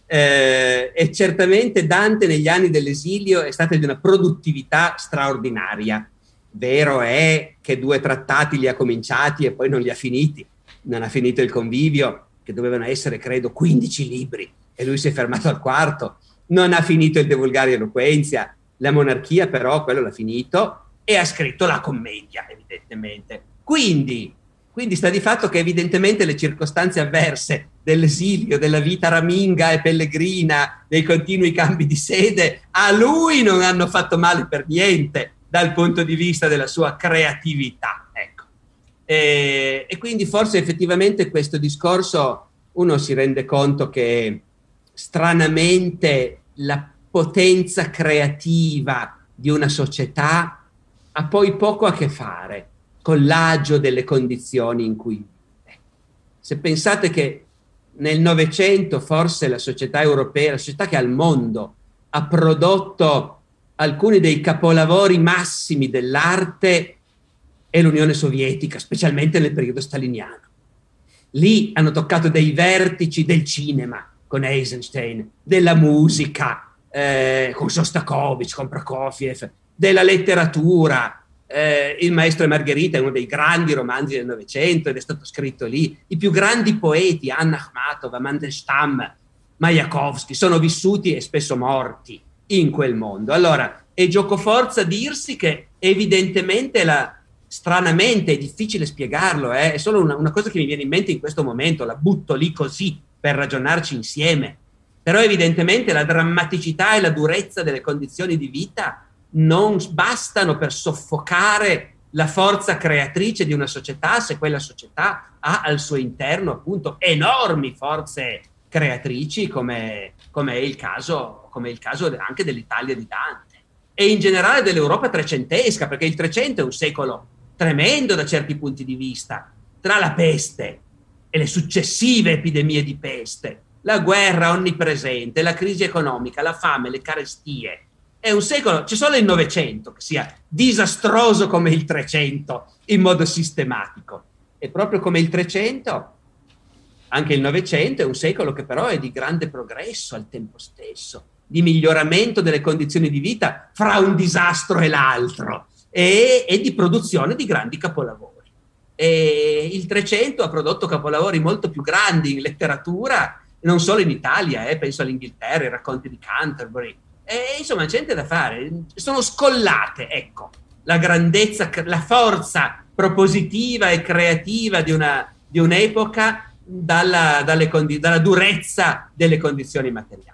E certamente Dante negli anni dell'esilio è stato di una produttività straordinaria. Vero è che 2 trattati li ha cominciati e poi non li ha finiti. Non ha finito il Convivio, che dovevano essere, credo, 15 libri, e lui si è fermato al 4. Non ha finito il De Vulgari Eloquentia. La Monarchia, però, quello l'ha finito, e ha scritto la Commedia, evidentemente. Quindi sta di fatto che evidentemente le circostanze avverse dell'esilio, della vita raminga e pellegrina, dei continui cambi di sede, a lui non hanno fatto male per niente dal punto di vista della sua creatività. Ecco. E quindi forse effettivamente questo discorso, uno si rende conto che stranamente la potenza creativa di una società ha poi poco a che fare con l'agio delle condizioni in cui vive. Se pensate che nel Novecento forse la società europea, la società che al mondo ha prodotto alcuni dei capolavori massimi dell'arte, è l'Unione Sovietica, specialmente nel periodo staliniano. Lì hanno toccato dei vertici del cinema con Eisenstein, della musica con Shostakovich, con Prokofiev, della letteratura. Il Maestro e Margherita è uno dei grandi romanzi del Novecento ed è stato scritto lì. I più grandi poeti, Anna Akhmatova, Mandelstam, Majakovsky, sono vissuti e spesso morti in quel mondo. Allora, è giocoforza dirsi che evidentemente stranamente è difficile spiegarlo, è solo una cosa che mi viene in mente in questo momento, la butto lì così per ragionarci insieme. Però evidentemente la drammaticità e la durezza delle condizioni di vita non bastano per soffocare la forza creatrice di una società, se quella società ha al suo interno appunto enormi forze creatrici come è il caso anche dell'Italia di Dante e in generale dell'Europa trecentesca, perché il Trecento è un secolo tremendo da certi punti di vista, tra la peste e le successive epidemie di peste, la guerra onnipresente, la crisi economica, la fame, le carestie. È un secolo, c'è solo il Novecento che sia disastroso come il Trecento in modo sistematico. E proprio come il Trecento, anche il Novecento è un secolo che però è di grande progresso al tempo stesso, di miglioramento delle condizioni di vita fra un disastro e l'altro, e di produzione di grandi capolavori. E il Trecento ha prodotto capolavori molto più grandi in letteratura, non solo in Italia, penso all'Inghilterra, i racconti di Canterbury. E insomma, c'è niente da fare, sono scollate, ecco, la grandezza, la forza propositiva e creativa di un'epoca dalla durezza delle condizioni materiali.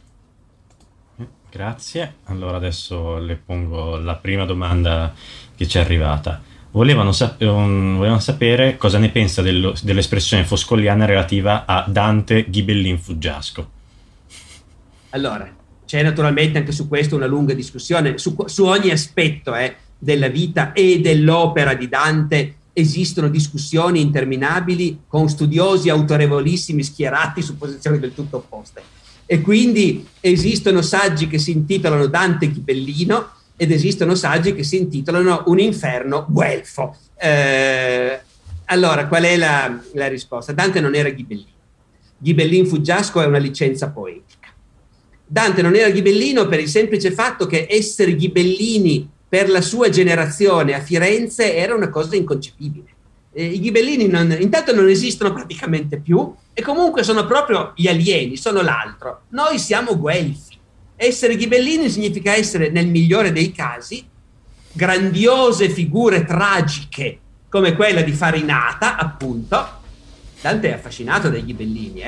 Grazie. Allora adesso le pongo la prima domanda che ci è arrivata. Volevano sapere cosa ne pensa dell'espressione foscoliana relativa a Dante Ghibellin Fuggiasco. Allora, c'è naturalmente anche su questo una lunga discussione, su ogni aspetto della vita e dell'opera di Dante esistono discussioni interminabili con studiosi autorevolissimi schierati su posizioni del tutto opposte. E quindi esistono saggi che si intitolano Dante Ghibellino ed esistono saggi che si intitolano Un inferno guelfo. Allora, qual è la risposta? Dante non era Ghibellino. Ghibellin Fuggiasco è una licenza poetica. Dante non era ghibellino per il semplice fatto che essere ghibellini per la sua generazione a Firenze era una cosa inconcepibile. I ghibellini intanto non esistono praticamente più e comunque sono proprio gli alieni, sono l'altro. Noi siamo guelfi. Essere ghibellini significa essere, nel migliore dei casi, grandiose figure tragiche come quella di Farinata, appunto. Dante è affascinato dai ghibellini,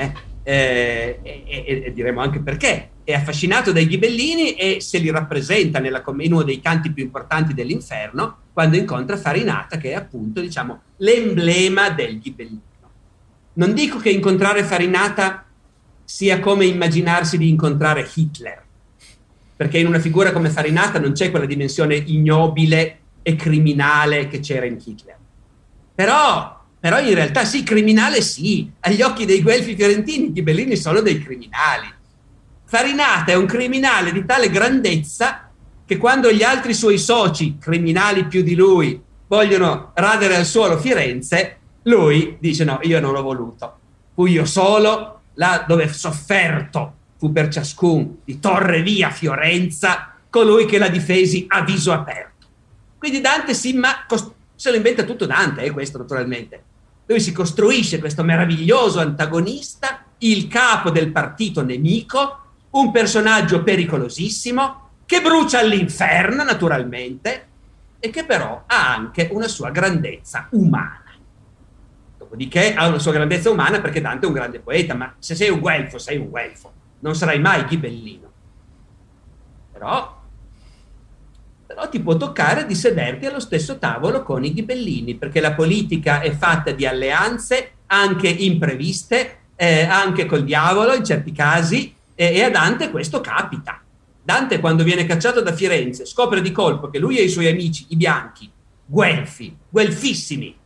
e diremo anche perché. È affascinato dai ghibellini e se li rappresenta in uno dei canti più importanti dell'Inferno, quando incontra Farinata, che è appunto, diciamo, l'emblema del ghibellino. Non dico che incontrare Farinata sia come immaginarsi di incontrare Hitler, perché in una figura come Farinata non c'è quella dimensione ignobile e criminale che c'era in Hitler. Però in realtà sì, criminale sì, agli occhi dei guelfi fiorentini i ghibellini sono dei criminali. Farinata è un criminale di tale grandezza che quando gli altri suoi soci, criminali più di lui, vogliono radere al suolo Firenze, lui dice no, io non l'ho voluto, fui io solo, là dove sofferto fu per ciascun di torre via Fiorenza colui che la difesi a viso aperto. Quindi Dante se lo inventa tutto Dante, questo naturalmente. Lui si costruisce questo meraviglioso antagonista, il capo del partito nemico, un personaggio pericolosissimo, che brucia all'inferno naturalmente, e che però ha anche una sua grandezza umana. Dopodiché ha una sua grandezza umana perché Dante è un grande poeta, ma se sei un guelfo, sei un guelfo, non sarai mai ghibellino. Però ti può toccare di sederti allo stesso tavolo con i ghibellini, perché la politica è fatta di alleanze anche impreviste, anche col diavolo in certi casi, e a Dante questo capita. Dante, quando viene cacciato da Firenze, scopre di colpo che lui e i suoi amici, i bianchi, guelfi, guelfissimi,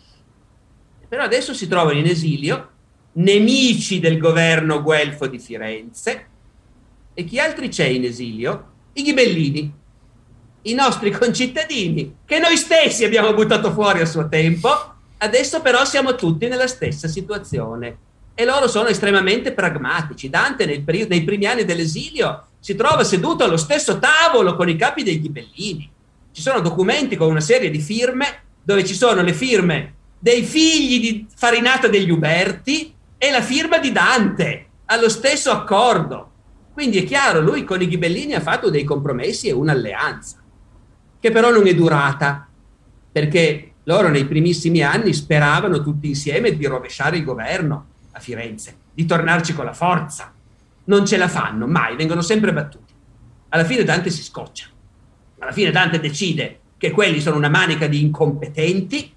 però adesso si trovano in esilio, nemici del governo guelfo di Firenze. E chi altri c'è in esilio? I ghibellini, i nostri concittadini, che noi stessi abbiamo buttato fuori a suo tempo. Adesso però siamo tutti nella stessa situazione e loro sono estremamente pragmatici. Dante nei primi anni dell'esilio si trova seduto allo stesso tavolo con i capi dei ghibellini. Ci sono documenti con una serie di firme dove ci sono le firme dei figli di Farinata degli Uberti e la firma di Dante allo stesso accordo. Quindi è chiaro, lui con i ghibellini ha fatto dei compromessi e un'alleanza, che però non è durata, perché loro nei primissimi anni speravano tutti insieme di rovesciare il governo a Firenze, di tornarci con la forza. Non ce la fanno mai, vengono sempre battuti. Alla fine Dante si scoccia. Alla fine Dante decide che quelli sono una manica di incompetenti,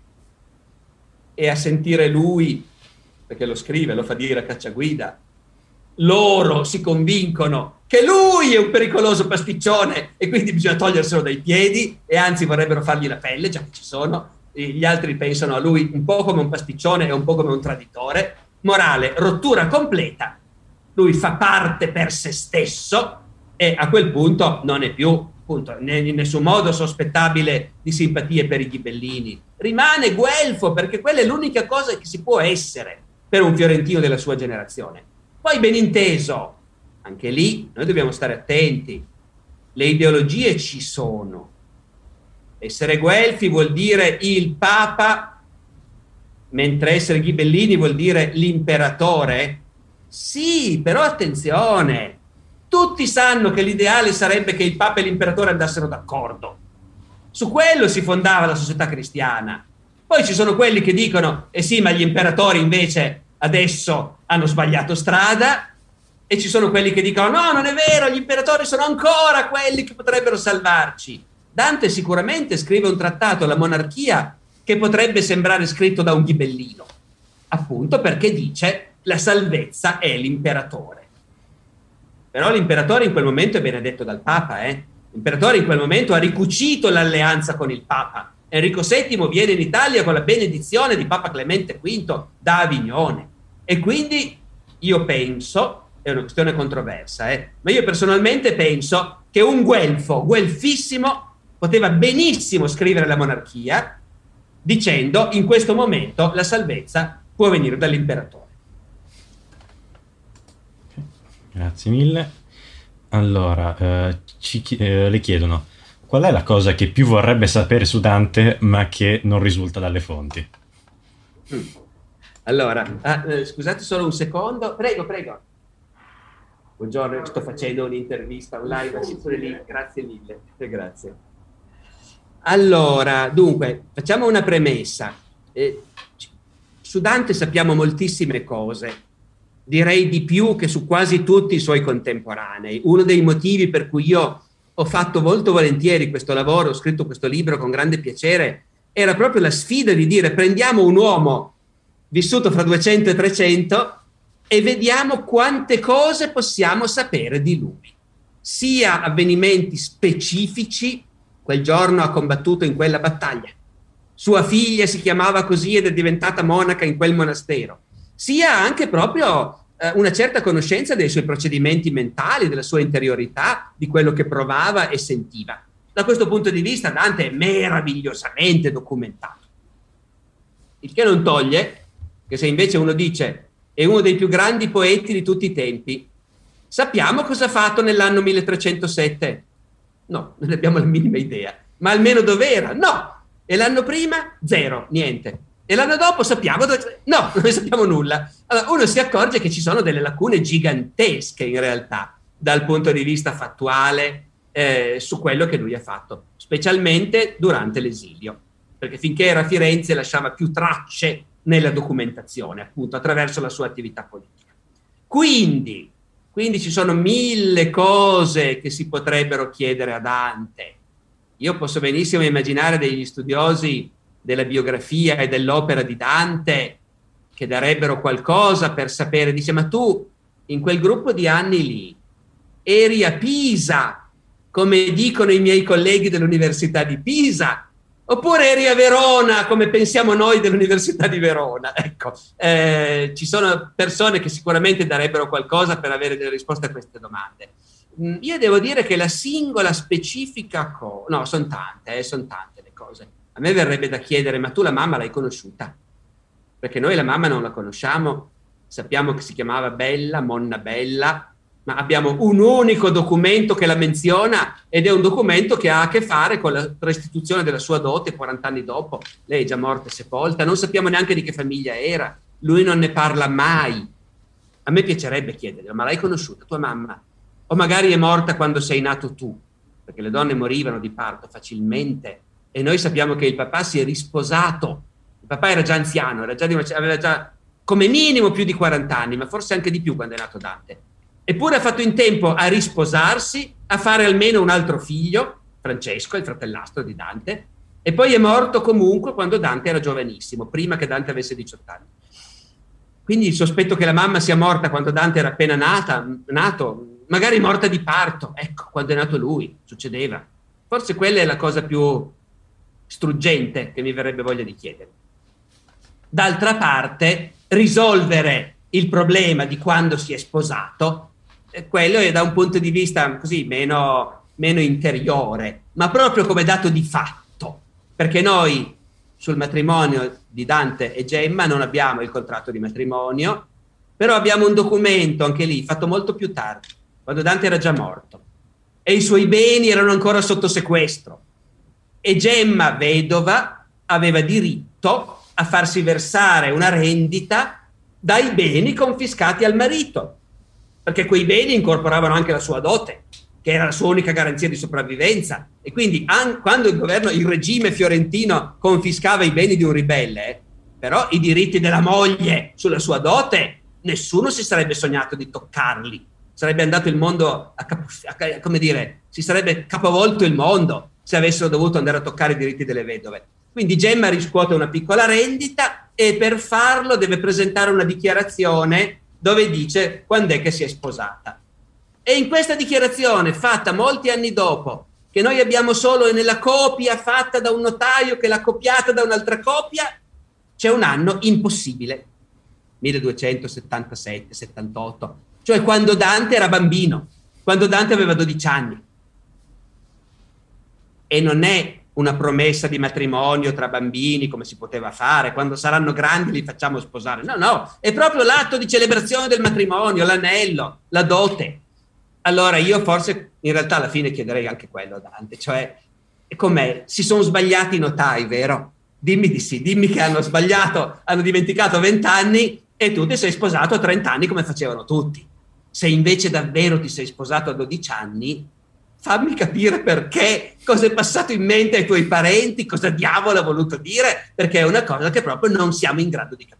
e a sentire lui, perché lo scrive, lo fa dire a cacciaguida, loro si convincono che lui è un pericoloso pasticcione e quindi bisogna toglierselo dai piedi, e anzi vorrebbero fargli la pelle, già che ci sono. Gli altri pensano a lui un po' come un pasticcione e un po' come un traditore. Morale, rottura completa. Lui fa parte per se stesso e a quel punto non è più appunto in nessun modo sospettabile di simpatie per i ghibellini. Rimane guelfo, perché quella è l'unica cosa che si può essere per un fiorentino della sua generazione. Poi ben inteso, anche lì noi dobbiamo stare attenti, le ideologie ci sono. Essere guelfi vuol dire il Papa, mentre essere ghibellini vuol dire l'imperatore. Sì, però attenzione, tutti sanno che l'ideale sarebbe che il Papa e l'imperatore andassero d'accordo. Su quello si fondava la società cristiana. Poi ci sono quelli che dicono, eh sì, ma gli imperatori invece adesso hanno sbagliato strada, e ci sono quelli che dicono, no, non è vero, gli imperatori sono ancora quelli che potrebbero salvarci. Dante sicuramente scrive un trattato, La monarchia, che potrebbe sembrare scritto da un ghibellino, appunto perché dice la salvezza è l'imperatore. Però l'imperatore in quel momento è benedetto dal Papa, L'imperatore in quel momento ha ricucito l'alleanza con il Papa. Enrico VII viene in Italia con la benedizione di Papa Clemente V da Avignone. E quindi io penso, è una questione controversa, ma io personalmente penso che un guelfo, guelfissimo, poteva benissimo scrivere la monarchia dicendo in questo momento la salvezza può venire dall'imperatore. Grazie mille. Allora, le chiedono qual è la cosa che più vorrebbe sapere su Dante ma che non risulta dalle fonti. Allora, scusate solo un secondo, prego. Buongiorno, sto facendo un'intervista online, pure lì, grazie mille, grazie. Allora, dunque, facciamo una premessa. Su Dante sappiamo moltissime cose, direi di più che su quasi tutti i suoi contemporanei. Uno dei motivi per cui io ho fatto molto volentieri questo lavoro, ho scritto questo libro con grande piacere, era proprio la sfida di dire prendiamo un uomo vissuto fra 200 e 300, e vediamo quante cose possiamo sapere di lui. Sia avvenimenti specifici, quel giorno ha combattuto in quella battaglia, sua figlia si chiamava così ed è diventata monaca in quel monastero, sia anche proprio una certa conoscenza dei suoi procedimenti mentali, della sua interiorità, di quello che provava e sentiva. Da questo punto di vista Dante è meravigliosamente documentato. Il che non toglie che se invece uno dice è uno dei più grandi poeti di tutti i tempi, sappiamo cosa ha fatto nell'anno 1307? No, non abbiamo la minima idea. Ma almeno dov'era? No! E l'anno prima? Zero, niente. E l'anno dopo sappiamo dove... No, non ne sappiamo nulla. Allora uno si accorge che ci sono delle lacune gigantesche in realtà dal punto di vista fattuale su quello che lui ha fatto, specialmente durante l'esilio, perché finché era a Firenze lasciava più tracce nella documentazione, appunto attraverso la sua attività politica. Quindi ci sono 1000 cose che si potrebbero chiedere a Dante. Io posso benissimo immaginare degli studiosi della biografia e dell'opera di Dante che darebbero qualcosa per sapere, dice, ma tu in quel gruppo di anni lì eri a Pisa, come dicono i miei colleghi dell'Università di Pisa, oppure eri a Verona, come pensiamo noi dell'Università di Verona? Ecco, ci sono persone che sicuramente darebbero qualcosa per avere delle risposte a queste domande. Io devo dire che la singola specifica no, sono tante le cose. A me verrebbe da chiedere, ma tu la mamma l'hai conosciuta? Perché noi la mamma non la conosciamo, sappiamo che si chiamava Bella, Monna Bella, ma abbiamo un unico documento che la menziona ed è un documento che ha a che fare con la restituzione della sua dote 40 anni dopo. Lei è già morta e sepolta, non sappiamo neanche di che famiglia era, lui non ne parla mai. A me piacerebbe chiedere, ma l'hai conosciuta tua mamma? O magari è morta quando sei nato tu, perché le donne morivano di parto facilmente e noi sappiamo che il papà si è risposato. Il papà era già anziano, aveva già come minimo più di 40 anni, ma forse anche di più quando è nato Dante. Eppure ha fatto in tempo a risposarsi, a fare almeno un altro figlio, Francesco, il fratellastro di Dante, e poi è morto comunque quando Dante era giovanissimo, prima che Dante avesse 18 anni. Quindi il sospetto che la mamma sia morta quando Dante era appena nato, magari morta di parto, ecco, quando è nato lui, succedeva. Forse quella è la cosa più struggente che mi verrebbe voglia di chiedere. D'altra parte, risolvere il problema di quando si è sposato, quello è da un punto di vista così meno interiore, ma proprio come dato di fatto, perché noi sul matrimonio di Dante e Gemma non abbiamo il contratto di matrimonio, però abbiamo un documento anche lì fatto molto più tardi, quando Dante era già morto e i suoi beni erano ancora sotto sequestro e Gemma, vedova, aveva diritto a farsi versare una rendita dai beni confiscati al marito, perché quei beni incorporavano anche la sua dote, che era la sua unica garanzia di sopravvivenza, e quindi quando il regime fiorentino confiscava i beni di un ribelle, però i diritti della moglie sulla sua dote nessuno si sarebbe sognato di toccarli, sarebbe andato il mondo come dire, si sarebbe capovolto il mondo se avessero dovuto andare a toccare i diritti delle vedove. Quindi Gemma riscuote una piccola rendita e per farlo deve presentare una dichiarazione dove dice quando è che si è sposata. E in questa dichiarazione, fatta molti anni dopo, che noi abbiamo solo nella copia fatta da un notaio che l'ha copiata da un'altra copia, c'è un anno impossibile, 1277-78, cioè quando Dante era bambino, quando Dante aveva 12 anni. E non è una promessa di matrimonio tra bambini come si poteva fare, quando saranno grandi li facciamo sposare. No, è proprio l'atto di celebrazione del matrimonio, l'anello, la dote. Allora io forse in realtà alla fine chiederei anche quello a Dante, cioè com'è? Si sono sbagliati i notai, vero? Dimmi di sì, dimmi che hanno sbagliato, hanno dimenticato 20 anni e tu ti sei sposato a 30 anni come facevano tutti. Se invece davvero ti sei sposato a 12 anni, fammi capire perché, cosa è passato in mente ai tuoi parenti, cosa diavolo ha voluto dire, perché è una cosa che proprio non siamo in grado di capire.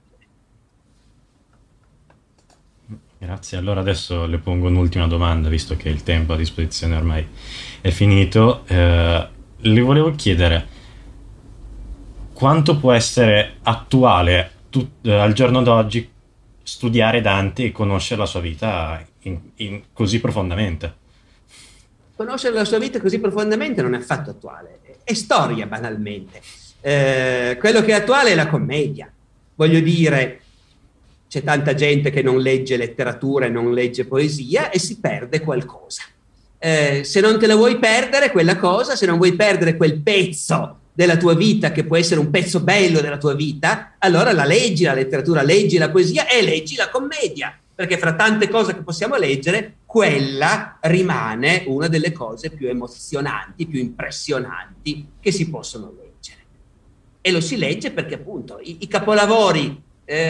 Grazie, allora adesso le pongo un'ultima domanda, visto che il tempo a disposizione ormai è finito. Le volevo chiedere quanto può essere attuale al giorno d'oggi studiare Dante e conoscere la sua vita così profondamente. Conoscere la sua vita così profondamente non è affatto attuale, è storia banalmente. Quello che è attuale è la commedia. Voglio dire, c'è tanta gente che non legge letteratura e non legge poesia e si perde qualcosa. Se non te la vuoi perdere quella cosa, se non vuoi perdere quel pezzo della tua vita che può essere un pezzo bello della tua vita, allora la leggi la letteratura, leggi la poesia e leggi la commedia, perché fra tante cose che possiamo leggere, quella rimane una delle cose più emozionanti, più impressionanti che si possono leggere. E lo si legge perché appunto i capolavori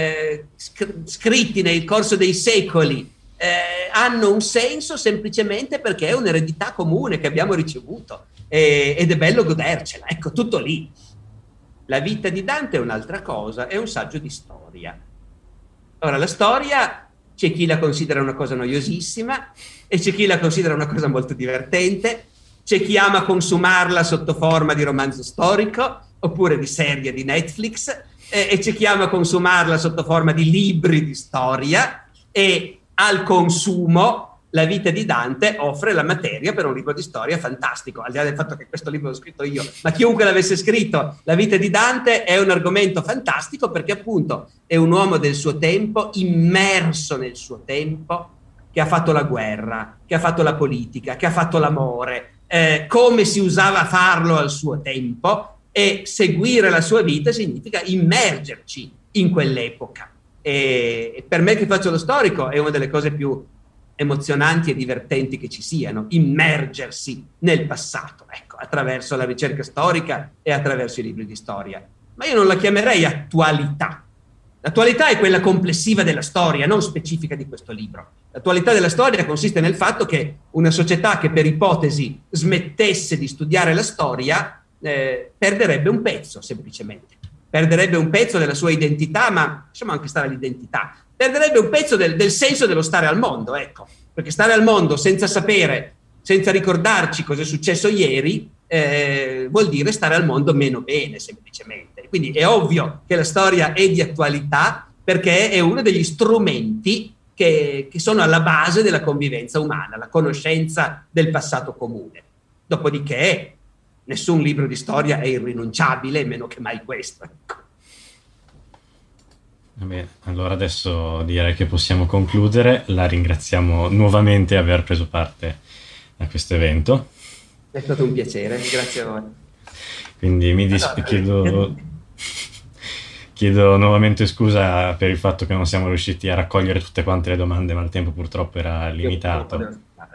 scritti nel corso dei secoli hanno un senso semplicemente perché è un'eredità comune che abbiamo ricevuto ed è bello godercela, ecco, tutto lì. La vita di Dante è un'altra cosa, è un saggio di storia. Ora, la storia c'è chi la considera una cosa noiosissima e c'è chi la considera una cosa molto divertente, c'è chi ama consumarla sotto forma di romanzo storico oppure di serie di Netflix e c'è chi ama consumarla sotto forma di libri di storia, e al consumo la vita di Dante offre la materia per un libro di storia fantastico, al di là del fatto che questo libro l'ho scritto io, ma chiunque l'avesse scritto, la vita di Dante è un argomento fantastico perché appunto è un uomo del suo tempo, immerso nel suo tempo, che ha fatto la guerra, che ha fatto la politica, che ha fatto l'amore, come si usava farlo al suo tempo, e seguire la sua vita significa immergerci in quell'epoca. E per me che faccio lo storico è una delle cose più emozionanti e divertenti che ci siano, immergersi nel passato, ecco, attraverso la ricerca storica e attraverso i libri di storia. Ma io non la chiamerei attualità. L'attualità è quella complessiva della storia, non specifica di questo libro. L'attualità della storia consiste nel fatto che una società che per ipotesi smettesse di studiare la storia perderebbe un pezzo, semplicemente. Perderebbe un pezzo della sua identità, ma lasciamo anche stare l'identità. Perderebbe un pezzo del senso dello stare al mondo, ecco. Perché stare al mondo senza sapere, senza ricordarci cosa è successo ieri, vuol dire stare al mondo meno bene, semplicemente. Quindi è ovvio che la storia è di attualità perché è uno degli strumenti che sono alla base della convivenza umana, la conoscenza del passato comune. Dopodiché nessun libro di storia è irrinunciabile, meno che mai questo. Ecco. Bene, allora adesso direi che possiamo concludere. La ringraziamo nuovamente di aver preso parte a questo evento. È stato un piacere, grazie a voi. Quindi chiedo nuovamente scusa per il fatto che non siamo riusciti a raccogliere tutte quante le domande, ma il tempo purtroppo era limitato.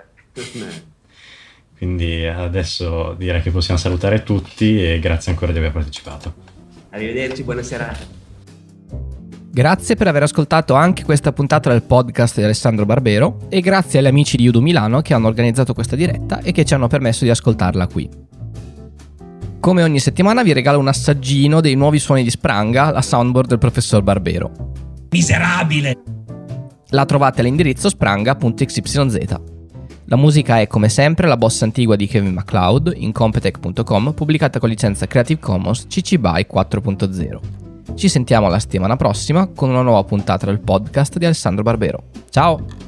Quindi adesso direi che possiamo salutare tutti e grazie ancora di aver partecipato. Arrivederci, buona serata. Grazie per aver ascoltato anche questa puntata del podcast di Alessandro Barbero e grazie agli amici di Udo Milano che hanno organizzato questa diretta e che ci hanno permesso di ascoltarla qui. Come ogni settimana vi regalo un assaggino dei nuovi suoni di Spranga, la soundboard del professor Barbero. Miserabile! La trovate all'indirizzo spranga.xyz. La musica è come sempre la bossa antigua di Kevin MacLeod in Competech.com, pubblicata con licenza Creative Commons CC BY 4.0. Ci sentiamo la settimana prossima con una nuova puntata del podcast di Alessandro Barbero. Ciao!